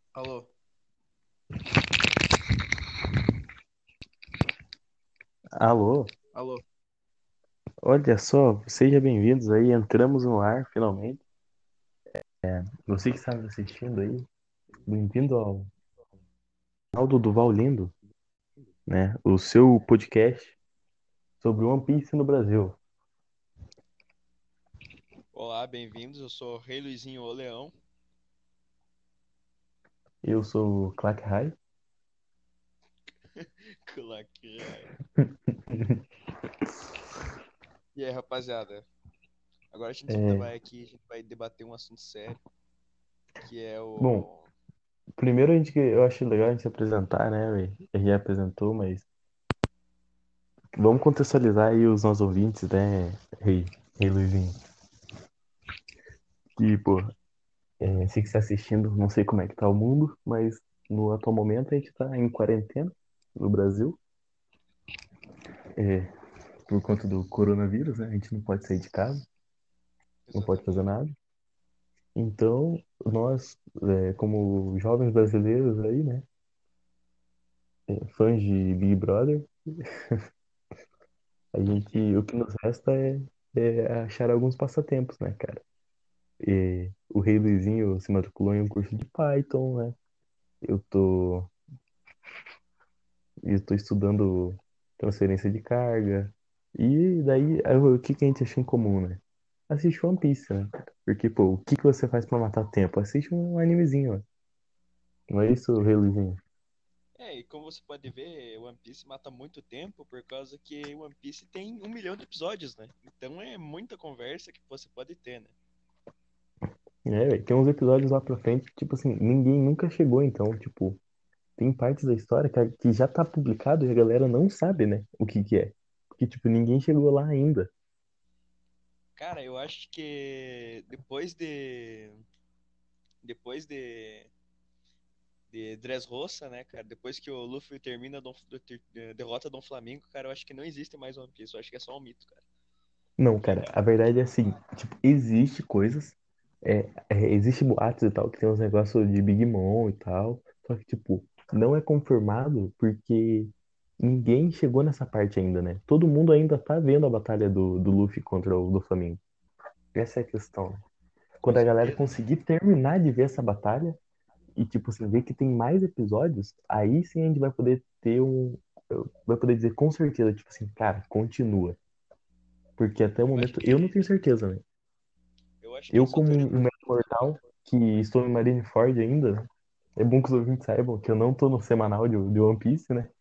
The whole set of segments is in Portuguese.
Alô, Alô, alô. olha só, sejam bem-vindos aí, entramos no ar finalmente. Você que está nos assistindo aí, bem-vindo ao canal do Duval Lindo, né? O seu podcast sobre One Piece no Brasil. Olá, bem-vindos. Eu sou o Rei Luizinho o Leão. Eu sou o Clark High. Claquerai. E aí, rapaziada? Agora É, a gente vai debater um assunto sério, que é bom, o. primeiro eu acho legal a gente se apresentar, né, véi? A gente já apresentou, mas vamos contextualizar aí os nossos ouvintes, né, Rei Luizinho? E, pô, sei que você está assistindo, não sei como é que tá o mundo, mas no atual momento a gente tá em quarentena no Brasil. É, por conta do coronavírus, né? A gente não pode sair de casa, não pode fazer Exatamente. nada. Então, nós, como jovens brasileiros aí, né? Fãs de Big Brother, Uhum. o que nos resta é achar alguns passatempos, né, cara? E o Rei Luizinho se matriculou em um curso de Python, né? Eu tô, eu tô estudando transferência de carga. E daí, aí, o que que a gente acha em comum, né? Assiste One Piece, né? Porque, pô, o que que você faz pra matar tempo? Assiste um animezinho, ó. Não é isso, Reluzinho? E como você pode ver, One Piece mata muito tempo por causa que One Piece tem 1 milhão de episódios, né? Então é muita conversa que você pode ter, né? É, velho, tem uns episódios lá pra frente, tipo assim, ninguém nunca chegou, então, tipo, tem partes da história que já tá publicado e a galera não sabe, né, o que que é. Porque, tipo, ninguém chegou lá ainda. Cara, eu acho que depois de Dressrosa, né, cara? Depois que o Luffy termina, derrota Dom Flamingo, cara, eu acho que não existe mais One Piece. Eu acho que é só um mito, cara. Não, cara, a verdade é assim, tipo, existe coisas, existe boatos e tal, que tem uns negócios de Big Mom e tal, só que, tipo, não é confirmado porque ninguém chegou nessa parte ainda, né? Todo mundo ainda tá vendo a batalha do Luffy contra o do Flamengo. Essa é a questão, né? Com Quando a galera certeza, né? conseguir terminar de ver essa batalha e, tipo, assim, ver que tem mais episódios, aí sim a gente vai poder ter um. Vai poder dizer com certeza, tipo assim, cara, continua. Porque até o Eu acho momento eu não que, tenho certeza, né? eu acho que Eu, essa como altura. um mero mortal, que estou em Marineford ainda, é bom que os ouvintes saibam que eu não tô no semanal de One Piece, né?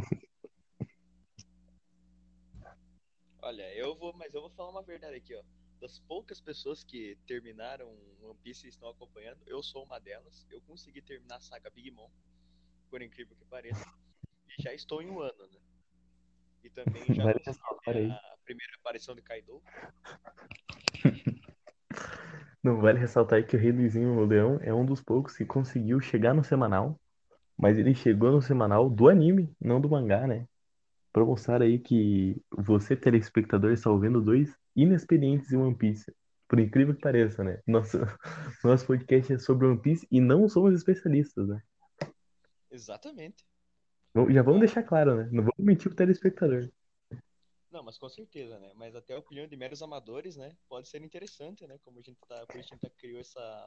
Olha, mas eu vou falar uma verdade aqui, ó. Das poucas pessoas que terminaram One Piece e estão acompanhando, eu sou uma delas. Eu consegui terminar a saga Big Mom, por incrível que pareça, e já estou em um ano, né? E também já Vale consegui ver ressaltar aí. a primeira aparição de Kaido. Não, vale ressaltar aí que o Rei Luizinho o Leão é um dos poucos que conseguiu chegar no semanal, mas ele chegou no semanal do anime, não do mangá, né? Pra mostrar aí que você, telespectador, está ouvindo dois inexperientes em One Piece. Por incrível que pareça, né? Nosso podcast é sobre One Piece e não somos especialistas, né? Exatamente. Já vamos Cara, deixar claro, né? Não vamos mentir pro telespectador. não, mas com certeza, né? Mas até a opinião de meros amadores, né? Pode ser interessante, né? Por isso a gente criou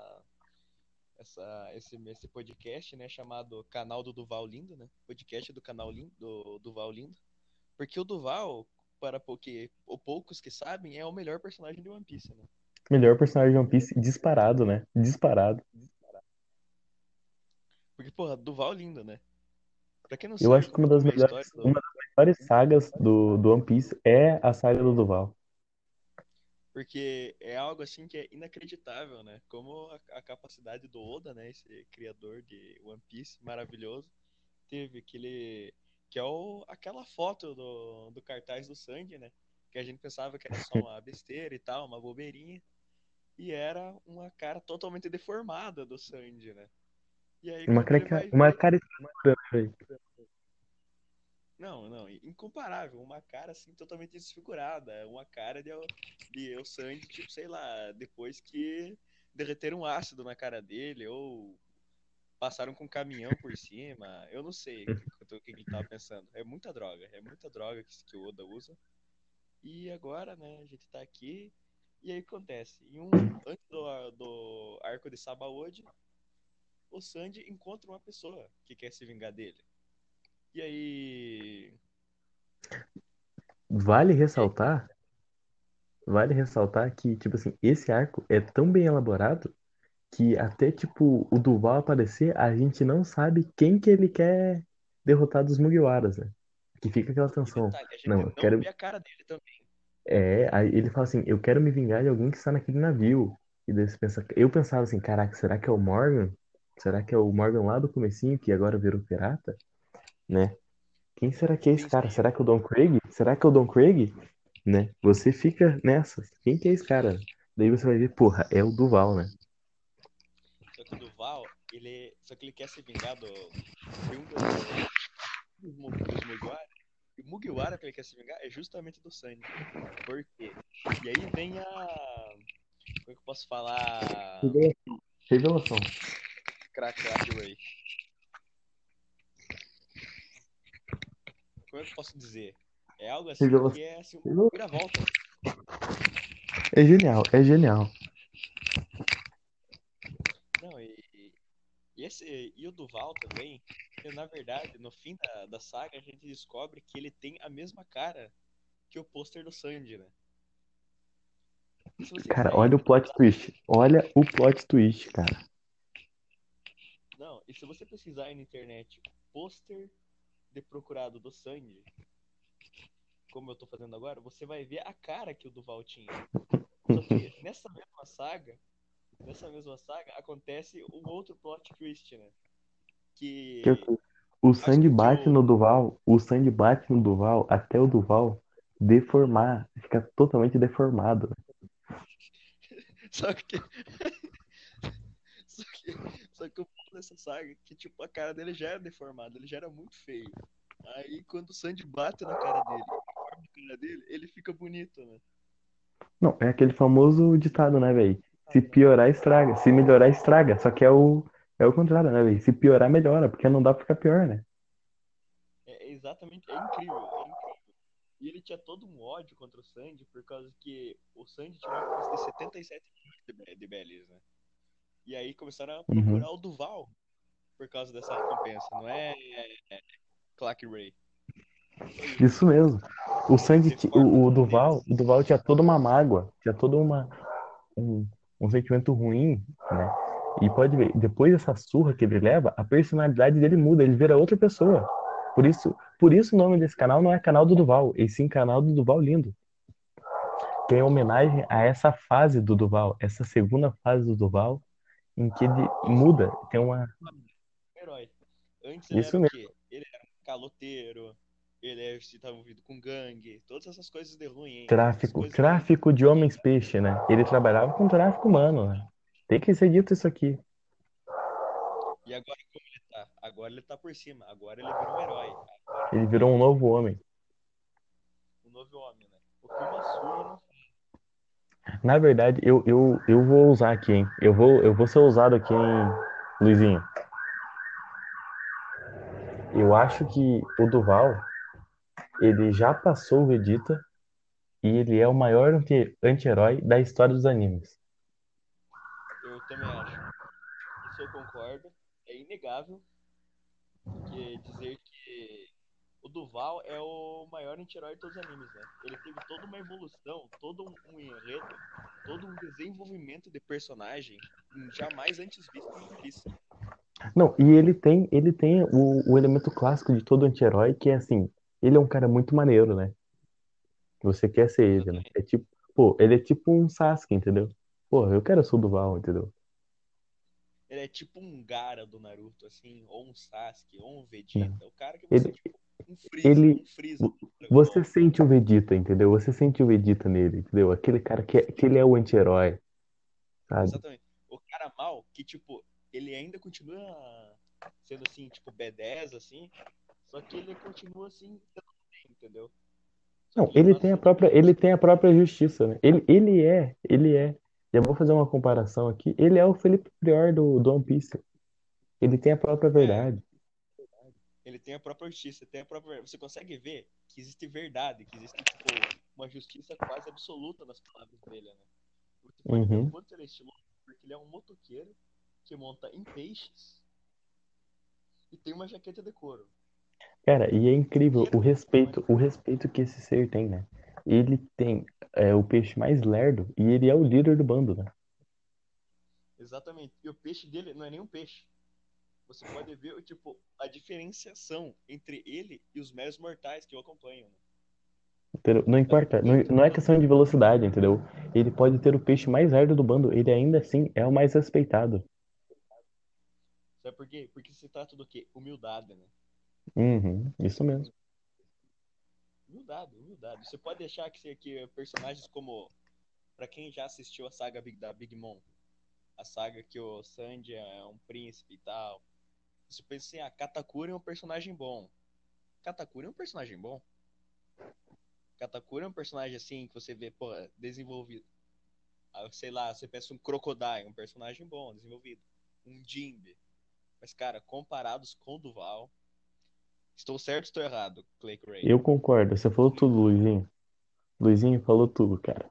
esse podcast, né? Chamado Canal do Duval Lindo, né? Podcast do canal Lindo, do Duval Lindo. Porque o Duval, poucos que sabem, é o melhor personagem de One Piece, né? Melhor personagem de One Piece disparado, né? Disparado. Porque, porra, Duval Lindo, né? Pra quem não Eu sabe acho que como é a história uma das melhores sagas do One Piece é a saga do Duval. porque é algo assim que é inacreditável, né? Como a capacidade do Oda, né? Esse criador de One Piece maravilhoso, teve que é aquela foto do cartaz do Sandy, né? Que a gente pensava que era só uma besteira e tal, uma bobeirinha, e era uma cara totalmente deformada do Sandy, né? E aí quando ele vai Uma ver, caricatura, né, velho? não, não, incomparável, uma cara assim totalmente desfigurada, uma cara de El Sandy, tipo, sei lá, depois que derreteram um ácido na cara dele, ou passaram com um caminhão por cima. Eu não sei o que ele tava pensando. É muita droga que o Oda usa. E agora, né, a gente tá aqui. E aí acontece, antes do arco de Sabaody, o Sandy encontra uma pessoa que quer se vingar dele. E aí. Vale E aí, ressaltar, vale ressaltar que, tipo assim, esse arco é tão bem elaborado que até, tipo, o Duval aparecer, a gente não sabe quem que ele quer derrotar dos Mugiwaras, né? Que fica aquela e tensão. detalhe, a Não, gente eu não quero. vê a cara dele também. Aí ele fala assim, eu quero me vingar de alguém que está naquele navio. E daí você pensa, eu pensava assim, caraca, será que é o Morgan? Será que é o Morgan lá do comecinho, que agora virou pirata? Né? Quem será que é esse cara? Pensei, Será que é o Don Craig? Será que é o Don Craig? Né? Você fica nessa. Quem que é esse cara? Daí você vai ver, porra, é o Duval, né? só que o Duval, só que ele quer se vingar de um dos Mugiwara. E o Mugiwara que ele quer se vingar é justamente do Sanji. Por quê? E aí vem como é que eu posso falar? Revelação. Revelação. Crack Ray. Como é que eu posso dizer? É algo assim que Revelação. é assim, vira volta. É genial, é genial. Não, e o Duval também, que, na verdade, no fim da saga, a gente descobre que ele tem a mesma cara que o pôster do Sanji, né? E se você Cara, quiser ir olha o plot pesquisar, twist. Olha o plot twist, cara. não, e se você pesquisar aí na internet pôster de procurado do Sanji, como eu tô fazendo agora, você vai ver a cara que o Duval tinha. Só que nessa mesma saga acontece um outro plot twist, né? Que Que o faz Sandy com que bate o no Duval, o Sandy bate no Duval até o Duval deformar, ficar totalmente deformado. só que só que o ponto dessa saga é que tipo a cara dele já era deformada, ele já era muito feio. Aí quando o Sandy bate na cara dele, e deforma a cara dele, ele fica bonito, né? Não, é aquele famoso ditado, né, velho? Se piorar, estraga. Se melhorar, estraga. Só que é o contrário, né, velho? Se piorar, melhora, porque não dá pra ficar pior, né? É exatamente, é incrível, é incrível. E ele tinha todo um ódio contra o Sandy por causa que o Sandy tinha uma recompensa de 77 milhões de BLs, né? E aí começaram a Uhum. procurar o Duval por causa dessa recompensa, não é Clark Ray. Foi isso. Isso mesmo. O Sandy, Deforma a o cara dele Duval, assim. o Duval tinha toda uma mágoa, tinha todo um, um sentimento ruim, né? E pode ver, depois dessa surra que ele leva, a personalidade dele muda, ele vira outra pessoa. Por isso o nome desse canal não é canal do Duval, e sim canal do Duval Lindo. Que é em homenagem a essa fase do Duval, essa segunda fase do Duval, em que ele Isso, muda, tem uma. um herói. Antes ele era Isso o mesmo. quê? Ele era um caloteiro, estava envolvido com gangue, todas essas coisas de ruim, hein? Essas Tráfico, coisas que. tráfico de homens-peixe, né? Ele trabalhava com tráfico humano, né? Tem que ser dito isso aqui. E agora como ele tá? Agora ele tá por cima, agora ele virou um herói. Agora Ele virou um ele novo homem. um novo homem, né? O que uma surra não faz. Na verdade, eu vou usar aqui, hein? Eu vou ser ousado aqui, hein, Luizinho? Eu acho que o Duval, ele já passou o Vegeta e ele é o maior anti-herói da história dos animes. Eu também acho. Isso eu concordo. É inegável que dizer que o Duval é o maior anti-herói de todos os animes, né? Ele teve toda uma evolução, todo um enredo, todo um desenvolvimento de personagem jamais antes visto em One Piece. Não, e ele tem o elemento clássico de todo anti-herói, que é assim, ele é um cara muito maneiro, né? Você quer ser ele, né? Exatamente. É tipo, pô, ele é tipo um Sasuke, entendeu? Pô, eu quero ser o Duval, entendeu? Ele é tipo um Gaara do Naruto, assim, ou um Sasuke, ou um Não. Vegeta. O cara que você, Ele, tipo, um ele, Freeza do Dragon você Ball. sente o Vegeta, entendeu? Você sente o Vegeta nele, entendeu? Aquele cara que ele é o anti-herói, sabe? Exatamente. O cara mal, que, tipo, ele ainda continua sendo, assim, tipo, B10, assim, só que ele continua, assim, sendo bem, entendeu? Só Não, que ele ele passa tem a própria, sentimentos. ele tem a própria justiça, né? Ele é. Já vou fazer uma comparação aqui. Ele é o Felipe Prior do One Piece. Ele tem a própria É, verdade. ele tem a própria justiça, tem a própria. Você consegue ver que existe verdade, que existe, tipo, uma justiça quase absoluta nas palavras dele, né? Você pode ver o Uhum. quanto ele é estiloso, porque ele é um motoqueiro que monta em peixes e tem uma jaqueta de couro. Cara, e é incrível Motoqueiro não é. o respeito que esse ser tem, né? Ele tem o peixe mais lerdo e ele é o líder do bando, né? Exatamente. E o peixe dele não é nem um peixe. Você pode ver, tipo, a diferenciação entre ele e os meros mortais que o acompanham, né? Entendeu? Não Dá pra importa, não, perfeita não é noção. questão de velocidade, entendeu? Ele pode ter o peixe mais lerdo do bando, ele ainda assim é o mais respeitado. Sabe por quê? Porque se trata do quê? Humildade, né? Uhum, isso mesmo. Humildade, humildade. Você pode deixar que personagens como. Pra quem já assistiu a saga da Big Mom, a saga que o Sanji é um príncipe e tal. Você pensa assim, Katakuri é um personagem bom. Katakuri é um personagem bom. Katakuri é um personagem assim que você vê, pô, desenvolvido. Sei lá, você pensa um Crocodile, um personagem bom, desenvolvido. Um Jinbe. Mas, cara, comparados com o Duval, estou certo ou estou errado, Clay Crane? Eu concordo, você falou tudo, Luizinho. Luizinho falou tudo, cara.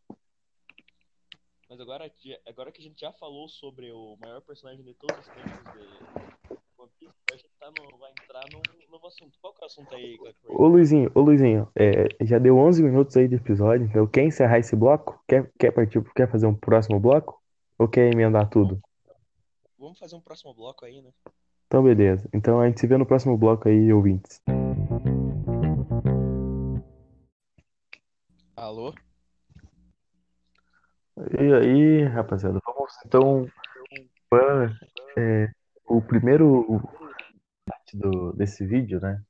Mas agora que a gente já falou sobre o maior personagem de todos os tempos de One Piece, a gente vai entrar num novo assunto. Qual que é o assunto aí, Clay Crane? Ô Luizinho, já deu 11 minutos aí de episódio, então quer encerrar esse bloco? Quer partir, quer fazer um próximo bloco? Ou quer emendar Vamos, tudo? vamos fazer um próximo bloco aí, né? Então, beleza. Então a gente se vê no próximo bloco aí, ouvintes. Alô? E aí, rapaziada, vamos então para o primeiro parte desse vídeo, né?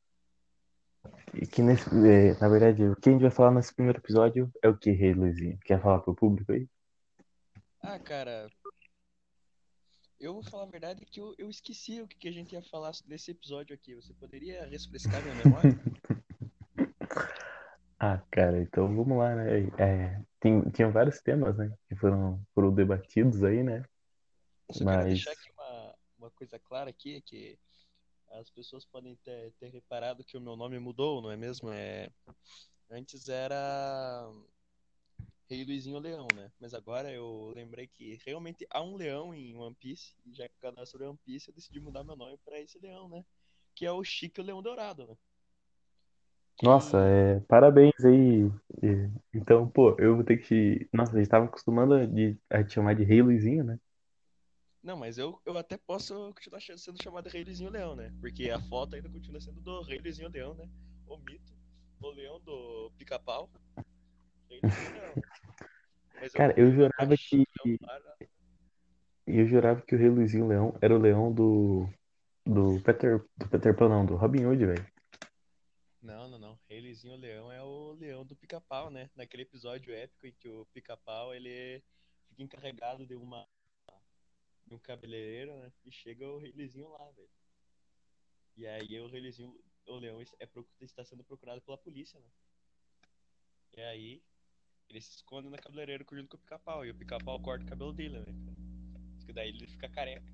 E que na verdade, o que a gente vai falar nesse primeiro episódio é o que, Rei Luizinho? Quer falar pro público aí? Cara, eu vou falar a verdade que eu esqueci o que a gente ia falar desse episódio aqui. Você poderia refrescar minha memória? Ah, cara, então vamos lá, né? Tinha vários temas, né? Que foram debatidos aí, né? Eu só quero Mas, deixar aqui uma coisa clara aqui, que as pessoas podem ter reparado que o meu nome mudou, não é mesmo? Antes era Rei Luizinho Leão, né? Mas agora eu lembrei que realmente há um leão em One Piece, e já que o canal é sobre One Piece, eu decidi mudar meu nome pra esse leão, né? Que é o Chique o Leão Dourado, né? nossa, Que. parabéns aí. Então, pô, eu vou ter que. Nossa, a gente tava acostumando a te chamar de Rei Luizinho, né? Não, mas eu até posso continuar sendo chamado Rei Luizinho Leão, né? Porque a foto ainda continua sendo do Rei Luizinho Leão, né? O mito, o leão do pica-pau, Rei Luizinho Leão, né? Mas eu Cara, mudei lá pra Chique Leão Dourado. eu jurava que o Rei Luizinho Leão era o leão do Peter Pan, não, do Robin Hood, velho. Não, não, não. Rei Luizinho Leão é o leão do pica-pau, né? Naquele episódio épico em que o pica-pau ele fica encarregado de um cabeleireiro, né? E chega o Rei Luizinho lá, velho. E aí o Rei Luizinho, o leão está sendo procurado pela polícia, né? E aí ele se esconde na cabeleireira junto com o pica-pau. E o pica-pau corta o cabelo dele, né, cara? Diz que daí ele fica careca.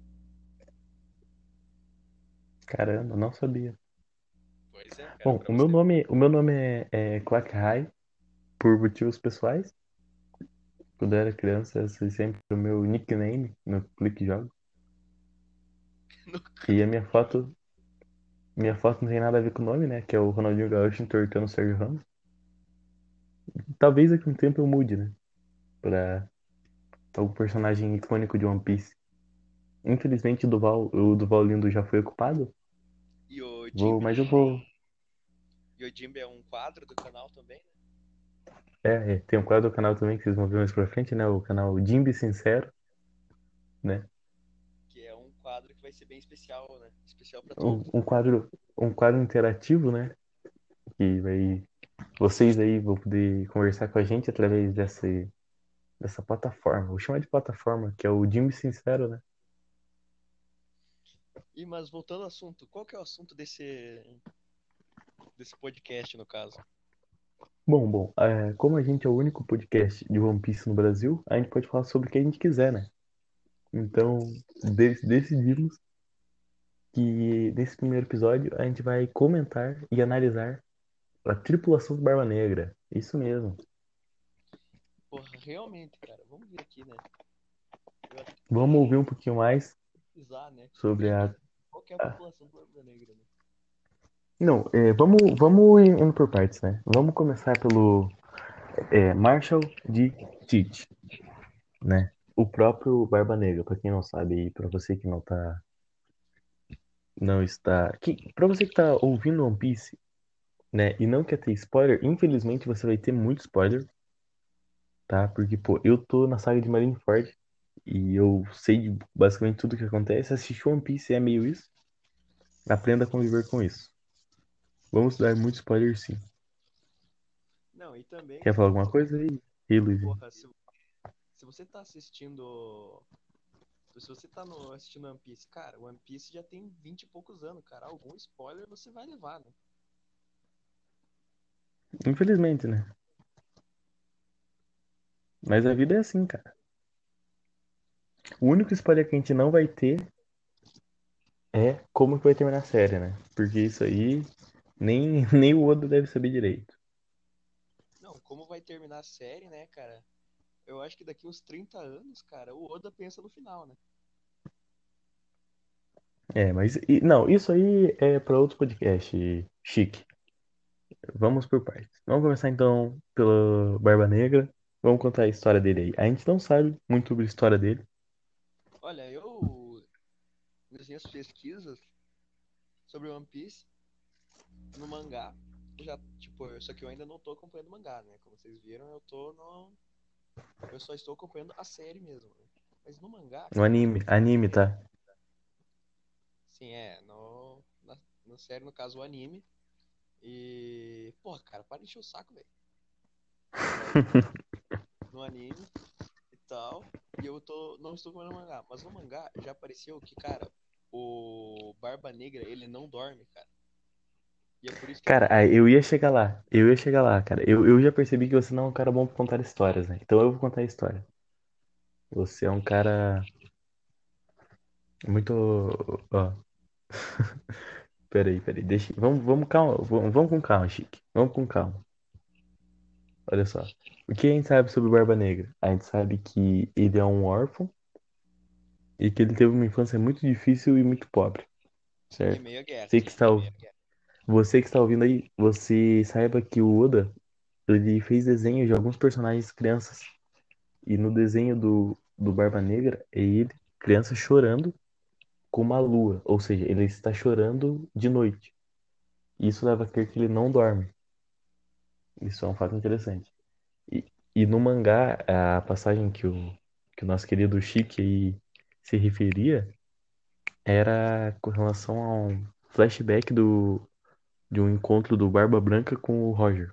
Caramba, não sabia. Pois é, cara, Bom, pra você ver. o meu nome é Quack High, por motivos pessoais. Quando eu era criança, esse sempre foi o meu nickname no Clique Jogo. No E clique, jogo. minha foto não tem nada a ver com o nome, né? Que é o Ronaldinho Gaúcho entortando o Sérgio Ramos. Talvez daqui a um tempo eu mude, né? Pra algum personagem icônico de One Piece. Infelizmente o Duval Lindo já foi ocupado. E o Vou, Jimbe mas eu vou. e o Jimbe é um quadro do canal também, né? Tem um quadro do canal também que vocês vão ver mais pra frente, né? O canal Jimby Sincero, né? Que é um quadro que vai ser bem especial, né? Especial pra Um, todos, um né? quadro, um quadro interativo, né? Que vai. Vocês aí vão poder conversar com a gente através dessa plataforma. Vou chamar de plataforma, que é o Jimmy Sincero, né? Mas voltando ao assunto, qual que é o assunto desse podcast, no caso? Bom, como a gente é o único podcast de One Piece no Brasil, a gente pode falar sobre o que a gente quiser, né? Então, decidimos. que nesse primeiro episódio a gente vai comentar e analisar a tripulação do Barba Negra. Isso mesmo. Porra, realmente, cara. Vamos ver aqui, né? Eu até Vamos ouvir um pouquinho mais pesquisar, né? sobre a. Qual que é a população do Barba Negra, né? Não, vamos indo por partes, né? Vamos começar pelo Marshall de Tite, né? O próprio Barba Negra, pra quem não sabe aí, pra você que não está, para você que tá ouvindo One Piece, né, e não quer ter spoiler, infelizmente você vai ter muito spoiler, tá? Porque, pô, eu tô na saga de Marineford e eu sei de basicamente tudo que acontece. Assistir One Piece é meio isso. Aprenda a conviver com isso. Vamos dar muito spoiler, sim. Não, e também, Quer falar cara, alguma coisa aí? Ei, Luizinho. porra, se você tá assistindo. Se você tá assistindo One Piece, cara, One Piece já tem 20 e poucos anos, cara. Algum spoiler você vai levar, né? Infelizmente, né? Mas a vida é assim, cara. O único spoiler que a gente não vai ter é como que vai terminar a série, né? Porque isso aí nem o Oda deve saber direito. Não, como vai terminar a série, né, cara? Eu acho que daqui uns 30 anos, cara, o Oda pensa no final, né? Mas não, isso aí é para outro podcast, chique. Vamos por partes. Vamos começar então pela Barba Negra. Vamos contar a história dele aí. A gente não sabe muito sobre a história dele. Olha, eu, nas minhas pesquisas sobre One Piece, no mangá, já, tipo, só que eu ainda não tô acompanhando o mangá, né? Como vocês viram, eu só estou acompanhando a série mesmo, né? Mas no mangá, No cara, anime, tá? sim, na série, no caso, o anime. E, porra, cara, para de encher o saco, velho. Daí, no anime e tal, e não estou acompanhando o mangá, mas no mangá já apareceu que, cara, o Barba Negra, ele não dorme, cara. E é por isso que ele Cara, fica. eu ia chegar lá. Eu ia chegar lá, cara. Eu já percebi que você não é um cara bom pra contar histórias, né? Então eu vou contar a história. Você é um cara muito. Ó, peraí. Deixa. Vamos calma. Vamos com calma, Chique. Vamos com calma. Olha só. O que a gente sabe sobre o Barba Negra? A gente sabe que ele é um órfão e que ele teve uma infância muito difícil e muito pobre, Em certo? meio à guerra, Você que sim. está, você que está ouvindo aí, você saiba que o Oda, ele fez desenho de alguns personagens crianças. E no desenho do Barba Negra é ele, criança, chorando com uma lua. Ou seja, ele está chorando de noite. Isso leva a crer que ele não dorme. Isso é um fato interessante. E, e no mangá, a passagem que o nosso querido Shiki aí se referia era com relação a um flashback de um encontro do Barba Branca com o Roger.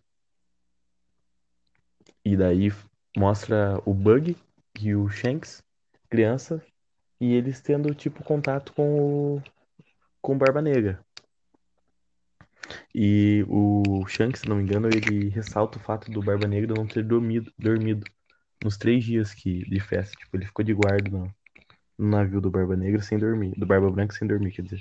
E daí mostra o Bug e o Shanks, criança, e eles tendo tipo contato com o Barba Negra. E o Shanks, se não me engano, ele ressalta o fato do Barba Negra não ter dormido nos 3 dias de festa. Tipo, ele ficou de guarda no navio do Barba Negra sem dormir. Do Barba Branca sem dormir, quer dizer.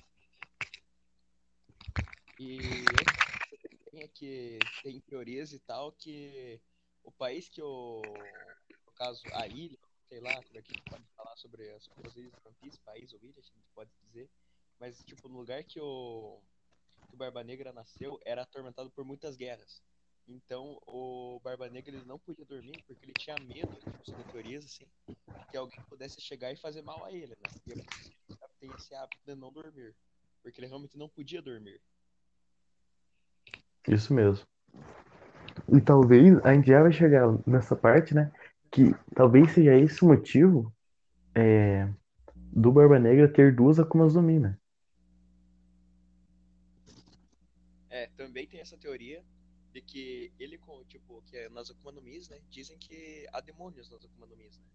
E outra coisa também é que tem teorias e tal que o país no caso, a ilha, sei lá como é que a gente pode falar sobre as ilhas do One Piece, país ou ilha, a gente pode dizer, mas tipo, no lugar que o Barba Negra nasceu era atormentado por muitas guerras. Então o Barba Negra ele não podia dormir porque ele tinha medo, tipo, segundo teorias assim, que alguém pudesse chegar e fazer mal a ele, né? E é por isso que ele tem esse hábito de não dormir, porque ele realmente não podia dormir. Isso mesmo. E talvez a gente já vai chegar nessa parte, né? Que talvez seja esse o motivo do Barba Negra ter duas Akumas no Mi, né? É, também tem essa teoria de que ele, tipo, que é nas Akuma no Mis, né? Dizem que há demônios nas Akuma no Mis, né?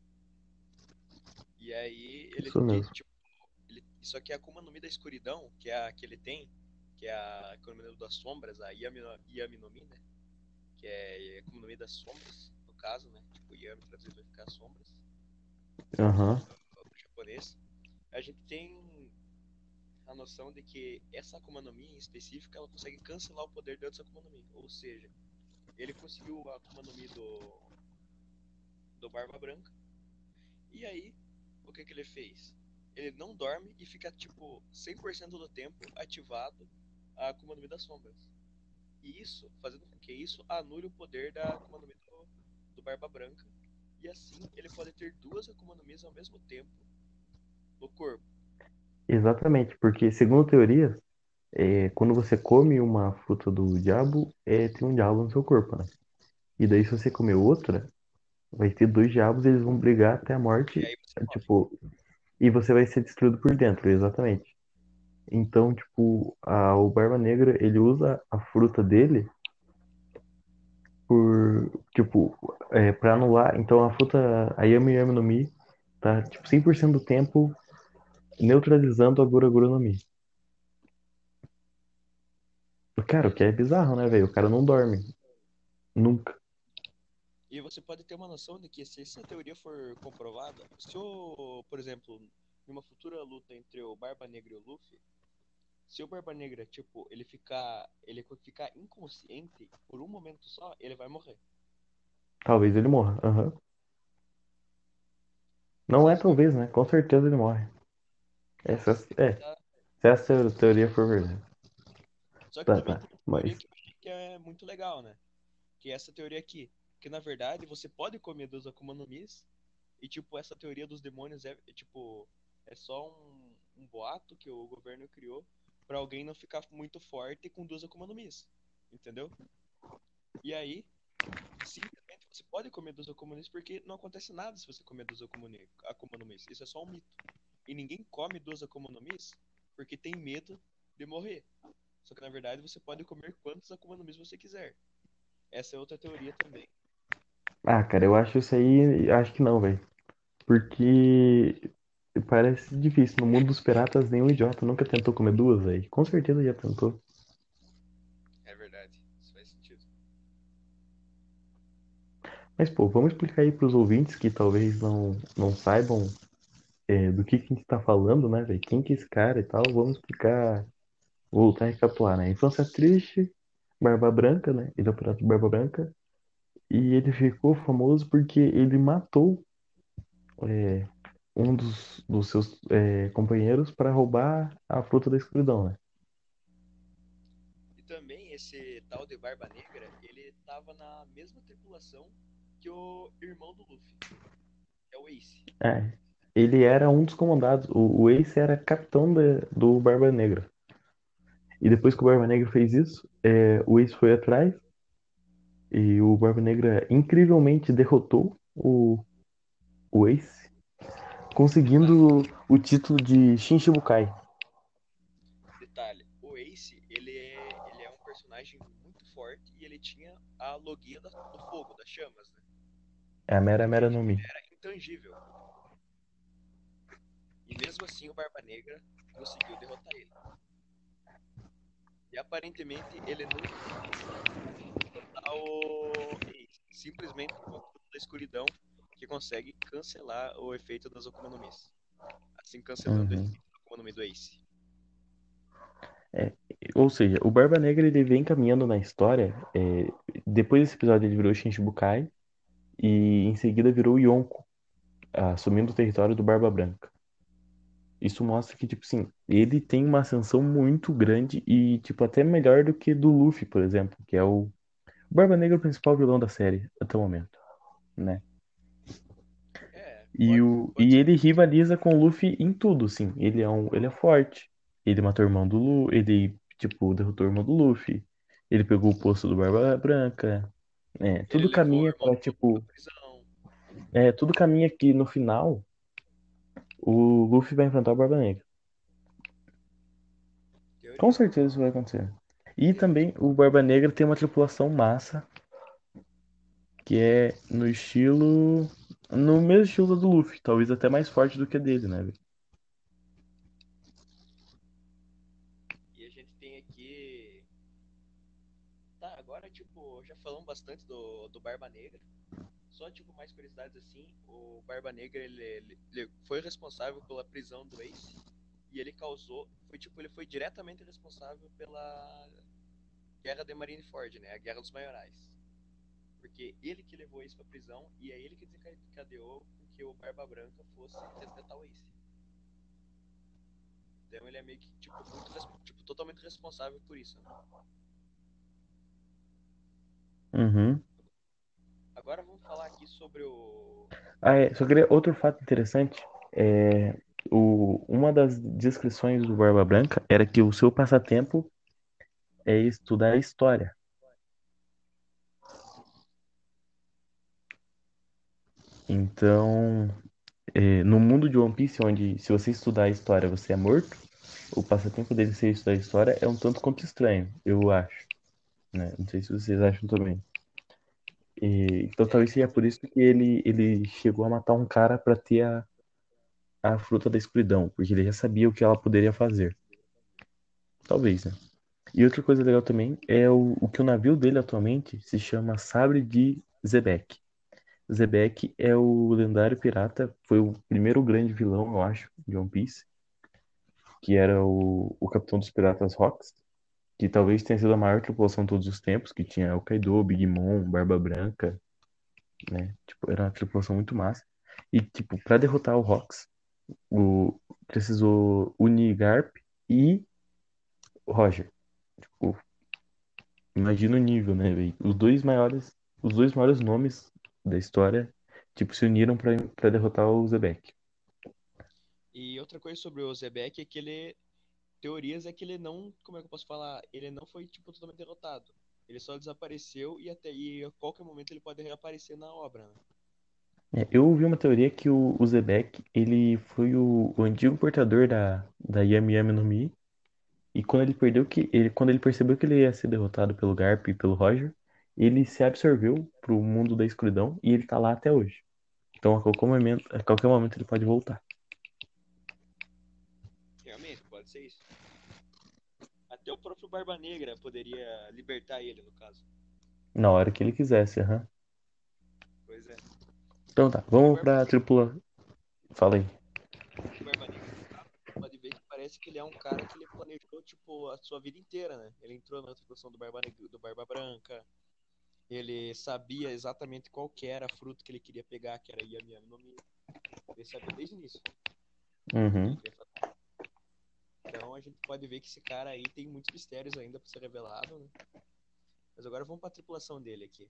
E aí ele Isso diz, mesmo. tipo, só que a Akuma no Mi da escuridão, que é a que ele tem, que é a Akuma no Mi das sombras, a Yami no Mi, né? Que é a Akuma no Mi das sombras, no caso, né? Tipo, Yami traduzido vai ficar sombras, Aham. pro japonês. A gente tem. a noção de que essa Akuma no Mi em específica, ela consegue cancelar o poder de outros Akuma no Mi. Ou seja, ele conseguiu a Akuma no Mi do Barba Branca. E aí, o que ele fez? Ele não dorme e fica, tipo, 100% do tempo ativado a Akuma no Mi das Sombras. E isso, fazendo com que isso anule o poder da Akuma no Mi do Barba Branca. E assim, ele pode ter duas Akuma no Mis ao mesmo tempo no corpo. Exatamente, porque segundo teorias, quando você come uma fruta do diabo, tem um diabo no seu corpo, né? E daí se você comer outra, vai ter dois diabos, eles vão brigar até a E morte, aí você morre. tipo, e você vai ser destruído por dentro, exatamente. Então, tipo, o Barba Negra, ele usa a fruta dele por, tipo, pra anular. Então a fruta, a Yami Yami no Mi, tá, tipo, 100% do tempo neutralizando a Gura Gura no Mi. Cara, o que é Entendi. bizarro, né, velho? O cara não dorme. Nunca. E você pode ter uma noção de que se essa teoria for comprovada, se o, por exemplo, em uma futura luta entre o Barba Negra e o Luffy, se o Barba Negra, tipo, ele ficar inconsciente por um momento só, ele vai morrer. Talvez ele morra. Aham. Não Se é isso não talvez, né? Com certeza ele morre. Não, Essa, sim, tá. se essa teoria for verdade. Só que Tá, também tá. tem uma teoria Mas, que eu achei que é muito legal, né? Que é essa teoria aqui. Que na verdade você pode comer dos Akuma no Mis e tipo, essa teoria dos demônios tipo, é só um boato que o governo criou pra alguém não ficar muito forte com duas Akuma no Mis. Entendeu? E aí, simplesmente você pode comer duas Akuma no Mis porque não acontece nada se você comer duas Akuma no Mis. Isso é só um mito. E ninguém come duas Akuma no Mis porque tem medo de morrer. Só que na verdade você pode comer quantos Akuma no Mi você quiser. Essa é outra teoria também. cara, eu acho isso aí. Acho que não, velho. Porque parece difícil. No mundo dos piratas, nenhum idiota nunca tentou comer duas, velho. Com certeza já tentou. É verdade, isso faz sentido. Mas, pô, vamos explicar aí pros ouvintes que talvez não saibam do que a gente tá falando, né, velho? Quem que é esse cara e tal. Vamos explicar, voltar a recapitular, né? Infância triste, Barba Branca, né? Ele é o pirata de Barba Branca. E ele ficou famoso porque ele matou é, um dos seus companheiros para roubar a fruta da escuridão, né? E também esse tal de Barba Negra, ele tava na mesma tripulação que o irmão do Luffy, que é o Ace. É, ele era um dos comandados. O Ace era capitão do Barba Negra. E depois que o Barba Negra fez isso, o Ace foi atrás e o Barba Negra incrivelmente derrotou o Ace, Detalhe, conseguindo o título de Shinshibukai. detalhe, o Ace, ele é um personagem muito forte e ele tinha a logia do fogo, das chamas, né? É a Mera E Mera no tipo, Mi. ele era intangível. E mesmo assim o Barba Negra conseguiu derrotar ele. E aparentemente ele nunca ao Ace, simplesmente por conta da escuridão que consegue cancelar o efeito das Akuma no Mis. Assim cancelando o Uhum. efeito da Akuma no Mi do Ace. É, ou seja, o Barba Negra ele vem caminhando na história. Depois desse episódio ele virou Shinshibukai e em seguida virou Yonko, assumindo o território do Barba Branca. Isso mostra que, tipo assim, ele tem uma ascensão muito grande e, tipo, até melhor do que do Luffy, por exemplo, que é o Barba Negra, é o principal vilão da série até o momento, né? É, E, pode, pode e ser ele visto. rivaliza com o Luffy em tudo, assim. Ele é forte. Ele matou o irmão do Luffy. Ele, tipo, derrotou o irmão do Luffy. Ele pegou o posto do Barba Branca. Ele Tudo levou o caminha irmão pra, do Luffy pra tipo. prisão. Tudo caminha que no final o Luffy vai enfrentar o Barba Negra. Com Teoria. certeza isso vai acontecer. E Temos. também o Barba Negra tem uma tripulação massa, que é no estilo. No mesmo estilo do Luffy, talvez até mais forte do que a dele, né, velho? E a gente tem aqui. Tá, agora, tipo, já falamos bastante do Barba Negra. Só, tipo, mais curiosidades assim. O Barba Negra, ele foi responsável pela prisão do Ace. e ele causou, foi tipo, ele foi diretamente responsável pela Guerra de Marineford, né? A Guerra dos Maiorais. Porque ele que levou isso pra prisão e é ele que desencadeou com que o Barba Branca fosse resgatar o Ace. Então ele é meio que, tipo, tipo, totalmente responsável por isso, né? Uhum. Agora vamos falar aqui sobre o. Ah, só queria outro fato interessante. É, uma das descrições do Barba Branca era que o seu passatempo é estudar história. Então, no mundo de One Piece, onde se você estudar a história você é morto, o passatempo dele ser estudar a história é um tanto quanto estranho, eu acho, né? Não sei se vocês acham também. Então É, talvez seja por isso que ele chegou a matar um cara pra ter a fruta da escuridão, porque ele já sabia o que ela poderia fazer. Talvez, né? E outra coisa legal também é o que o navio dele atualmente se chama Sabre de Zebek. Zebek é o lendário pirata, foi o primeiro grande vilão, eu acho, de One Piece, que era o capitão dos piratas Rocks, que talvez tenha sido a maior tripulação de todos os tempos, que tinha o Kaido, Big Mom, Barba Branca, né? Tipo, era uma tripulação muito massa. E, tipo, pra derrotar o Rocks, precisou unir Garp e o Roger. Tipo, imagina o nível, né, velho? Os dois maiores nomes da história, tipo, se uniram pra derrotar o Zebek. e outra coisa sobre o Zebek é que ele. Teorias é que ele não. Como é que eu posso falar? Ele não foi, tipo, totalmente derrotado. Ele só desapareceu e até e a qualquer momento ele pode reaparecer na obra, né? Eu ouvi uma teoria que o Zebek, ele foi o antigo portador da Yami Yami no Mi, e quando ele percebeu que ele ia ser derrotado pelo Garp e pelo Roger, ele se absorveu pro mundo da escuridão e ele tá lá até hoje. Então a qualquer momento ele pode voltar. Realmente, pode ser isso. Até o próprio Barba Negra poderia libertar ele, no caso. Na hora que ele quisesse, aham. Pois é. Então tá, E o vamos Barba pra Negra, tripula. Fala aí. o Barba Negra, no caso, pode ver que parece que ele é um cara que ele planejou, tipo, a sua vida inteira, né? Ele entrou na tripulação do Barba Negra, do Barba Branca. Ele sabia exatamente qual que era a fruta que ele queria pegar, que era Yami Yami no Mi. Ele sabia desde o início o que ele Uhum. queria fazer. Então a gente pode ver que esse cara aí tem muitos mistérios ainda pra ser revelado, né? Mas agora vamos pra tripulação dele aqui.